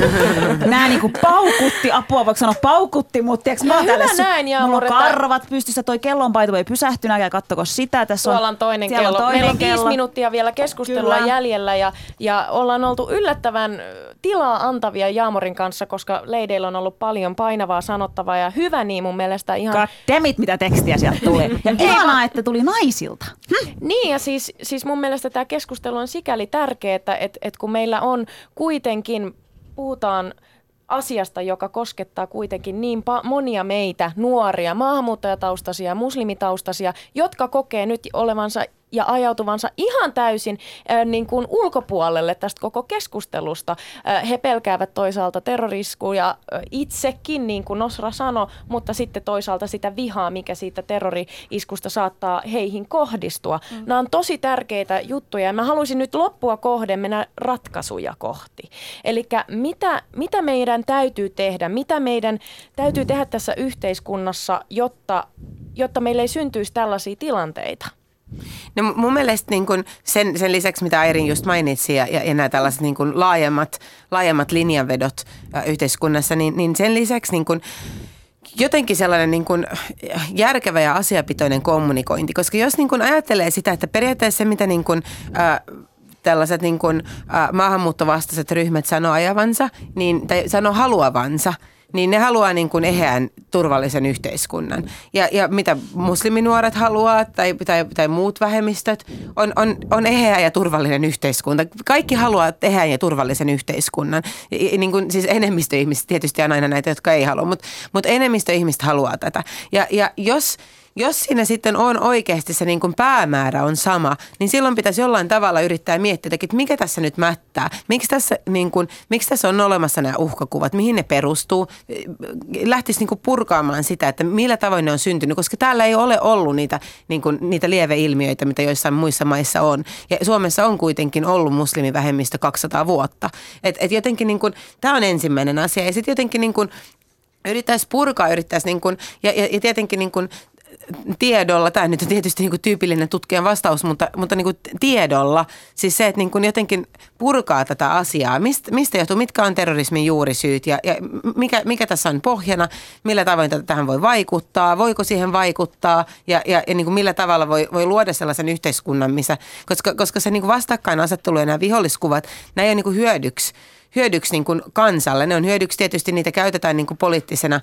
Speaker 4: Nää niinku paukutti, apua voiko sanoa paukutti, mutta tiiäks, mä oon täällä,
Speaker 5: näin, ja
Speaker 4: mulla on karvat pystyssä, toi kello on by the way pysähtynyt, älkää kattoko sitä. Tässä
Speaker 5: on, on toinen kello. On toinen Meillä on kello. viisi minuuttia vielä keskustelua Kyllä. jäljellä ja, ja ollaan oltu yllättävän tilaa antavia Jaamorin kanssa, koska leideillä on ollut paljon painavaa sanottavaa ja hyvä niin mun mielestä ihan...
Speaker 4: Goddammit, mitä tekstiä sieltä tuli. Ja ihanaa, että tuli naisilta. Hm?
Speaker 5: Niin ja siis, siis mun mielestä tämä keskustelu on sikäli tärkeää, että et, et kun meillä on kuitenkin, puhutaan asiasta, joka koskettaa kuitenkin niin pa- monia meitä, nuoria, maahanmuuttajataustaisia, muslimitaustaisia, jotka kokee nyt olevansa ja ajautuvansa ihan täysin äh, niin kuin ulkopuolelle tästä koko keskustelusta. Äh, he pelkäävät toisaalta terroriskuja äh, itsekin, niin kuin Nosra sanoi, mutta sitten toisaalta sitä vihaa, mikä siitä terrori-iskusta saattaa heihin kohdistua. Mm. Nämä on tosi tärkeitä juttuja ja mä haluaisin nyt loppua kohden mennä ratkaisuja kohti. Eli mitä, mitä meidän täytyy tehdä, mitä meidän täytyy tehdä tässä yhteiskunnassa, jotta, jotta meille ei syntyisi tällaisia tilanteita?
Speaker 6: No mun mielestä niin kun sen, sen lisäksi, mitä Airin just mainitsi ja, ja, ja nämä tällaiset niin kun laajemmat, laajemmat linjanvedot ä, yhteiskunnassa, niin, niin sen lisäksi niin kun jotenkin sellainen niin kun järkevä ja asiapitoinen kommunikointi. Koska jos niin kun ajattelee sitä, että periaatteessa se, mitä niin kun, ä, tällaiset niin kun, ä, maahanmuuttovastaiset ryhmät sanoo ajavansa, niin, tai sanoo haluavansa, niin ne haluaa niin kuin eheän turvallisen yhteiskunnan. Ja, ja mitä musliminuoret haluaa tai, tai, tai muut vähemmistöt, on, on, on eheä ja turvallinen yhteiskunta. Kaikki haluaa eheän ja turvallisen yhteiskunnan. Ja, niin kuin, siis enemmistö ihmistä, tietysti on aina näitä, jotka ei halua, mutta, mutta enemmistö ihmistä haluaa tätä. Ja, ja jos... Jos siinä sitten on oikeasti se niin kuin päämäärä on sama, niin silloin pitäisi jollain tavalla yrittää miettiä, että mikä tässä nyt mättää. Miksi tässä, niin kuin, miksi tässä on olemassa nämä uhkakuvat, mihin ne perustuu. Lähtisi niin kuin purkaamaan sitä, että millä tavoin ne on syntynyt, koska täällä ei ole ollut niitä, niin kuin, niitä lieveilmiöitä, mitä joissain muissa maissa on. Ja Suomessa on kuitenkin ollut muslimivähemmistö kaksisataa vuotta. Et, et jotenkin niin kuin, tämä on ensimmäinen asia ja sitten jotenkin niin kuin, yrittäisi purkaa, yrittäisi niin kuin, ja, ja, ja tietenkin niin kuin, tiedolla, tämä nyt on tietysti niin kuin tyypillinen tutkijan vastaus, mutta, mutta niin kuin tiedolla, siis se, että niin kuin jotenkin purkaa tätä asiaa, mistä, mistä johtuu, mitkä on terrorismin juurisyyt ja, ja mikä, mikä tässä on pohjana, millä tavoin tähän voi vaikuttaa, voiko siihen vaikuttaa ja, ja, ja niin kuin millä tavalla voi, voi luoda sellaisen yhteiskunnan, missä, koska, koska se niin kuin vastakkainasettelu ja nämä viholliskuvat, nämä ei ole niin kuin hyödyksi. hyödyksi niin kuin kansalle. Ne on hyödyksi tietysti, niitä käytetään niin kuin poliittisena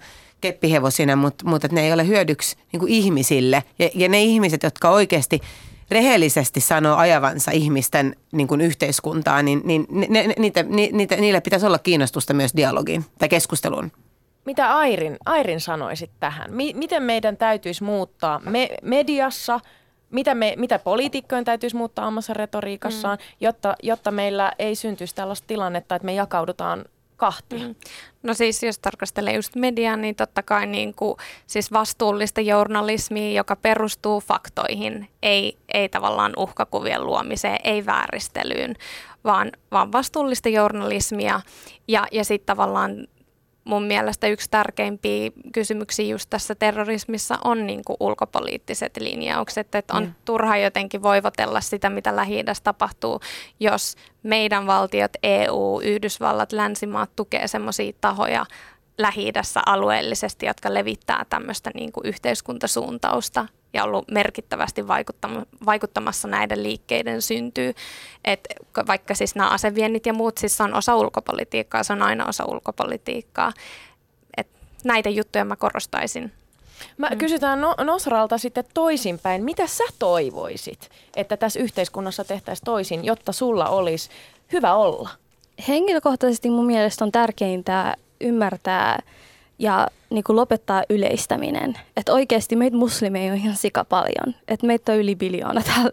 Speaker 6: keppihevosina, mutta, mutta ne ei ole hyödyksi niin kuin ihmisille. Ja, ja ne ihmiset, jotka oikeasti rehellisesti sanoo ajavansa ihmisten niin kuin yhteiskuntaan, niin, niin ne, ne, niitä, niitä, niillä pitäisi olla kiinnostusta myös dialogiin tai keskusteluun.
Speaker 5: Mitä Airin, Airin sanoisit tähän? M- miten meidän täytyisi muuttaa me- mediassa, mitä, me, mitä poliitikkojen täytyisi muuttaa omassa retoriikassaan, mm. jotta, jotta meillä ei syntyisi tällaista tilannetta, että me jakaudutaan kahtia? Mm.
Speaker 1: No siis jos tarkastelee just mediaa, niin totta kai niin kuin, siis vastuullista journalismia, joka perustuu faktoihin, ei, ei tavallaan uhkakuvien luomiseen, ei vääristelyyn, vaan, vaan vastuullista journalismia ja, ja sitten tavallaan mun mielestä yksi tärkeimpiä kysymyksiä just tässä terrorismissa on niin kuin ulkopoliittiset linjaukset, että on mm. turha jotenkin voivotella sitä, mitä Lähi-idässä tapahtuu, jos meidän valtiot, E U, Yhdysvallat, länsimaat tukee semmoisia tahoja Lähi-idässä alueellisesti, jotka levittää tämmöistä niin kuin yhteiskuntasuuntausta ja ollut merkittävästi vaikuttamassa näiden liikkeiden syntyyn. Et vaikka siis nämä aseviennit ja muut siis on osa ulkopolitiikkaa, se on aina osa ulkopolitiikkaa. Et näitä juttuja mä korostaisin.
Speaker 5: Mä mm. kysytään no- Nosralta sitten toisinpäin. Mitä sä toivoisit, että tässä yhteiskunnassa tehtäisiin toisin, jotta sulla olisi hyvä olla?
Speaker 7: Henkilökohtaisesti mun mielestä on tärkeintä ymmärtää ja niin kuin lopettaa yleistäminen. Että oikeasti meitä muslimeja on ihan sika paljon. Että meitä on yli biljoona täällä.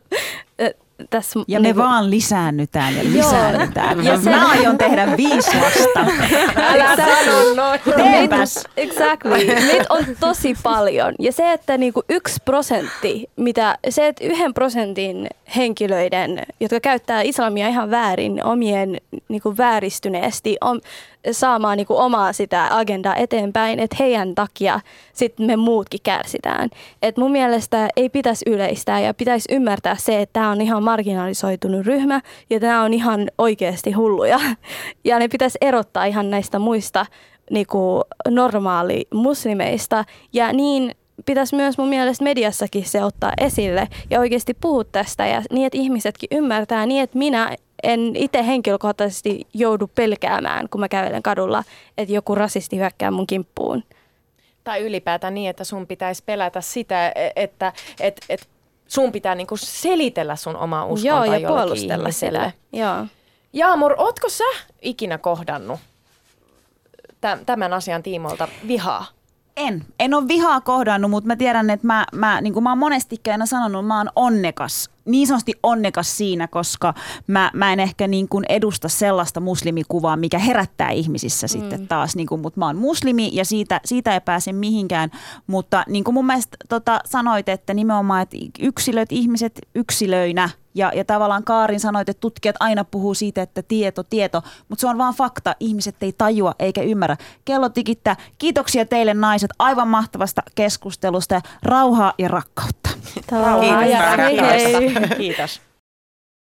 Speaker 7: Tässä,
Speaker 4: ja me
Speaker 7: niin kuin
Speaker 4: vaan lisäännytään ja lisäännytään. Ja mä aion tehdä viisi lasta.
Speaker 5: Älä sano noin.
Speaker 4: Teepäs.
Speaker 7: Exactly. Meitä on tosi paljon. Ja se, että niinku yksi prosentti, mitä, se, että yhden prosentin henkilöiden, jotka käyttää islamia ihan väärin, omien niinku vääristyneesti, om, saamaan niinku omaa sitä agendaa eteenpäin, että heidän takia sit me muutkin kärsitään. Et mun mielestä ei pitäisi yleistää ja pitäisi ymmärtää se, että tämä on ihan marginalisoitunut ryhmä ja tämä on ihan oikeasti hulluja. Ja ne pitäisi erottaa ihan näistä muista niinku normaali muslimeista ja niin pitäisi myös mun mielestä mediassakin se ottaa esille ja oikeasti puhua tästä ja niin, että ihmisetkin ymmärtää niin, että minä en itse henkilökohtaisesti joudu pelkäämään, kun mä kävelen kadulla, että joku rasisti hyökkää mun kimppuun.
Speaker 5: Tai ylipäätään niin, että sun pitäisi pelätä sitä, että et, et sun pitää niinku selitellä sun omaa uskontoa
Speaker 7: Joo, ja
Speaker 5: jollekin
Speaker 7: puolustella
Speaker 5: ihmiselle.
Speaker 7: sitä. Joo.
Speaker 5: Jaamur, ootko sä ikinä kohdannut tämän asian tiimoilta vihaa?
Speaker 4: En. En ole vihaa kohdannut, mutta mä tiedän, että mä, mä, niin kuin mä oon monestikin aina sanonut, mä oon onnekas. Niin sanotusti onnekas siinä, koska mä, mä en ehkä niin kuin edusta sellaista muslimikuvaa, mikä herättää ihmisissä mm. sitten taas. Niin kuin, mutta mä oon muslimi ja siitä, siitä ei pääse mihinkään. Mutta niin kuin mun mielestä tota, sanoit, että nimenomaan että yksilöt, ihmiset yksilöinä. Ja, ja tavallaan Kaarin sanoit, että tutkijat aina puhuu siitä, että tieto, tieto, mutta se on vaan fakta. Ihmiset ei tajua eikä ymmärrä. Kello tikittää. Kiitoksia teille naiset aivan mahtavasta keskustelusta ja rauhaa ja rakkautta.
Speaker 5: Rauhaa ja rakkautta. Kiitos.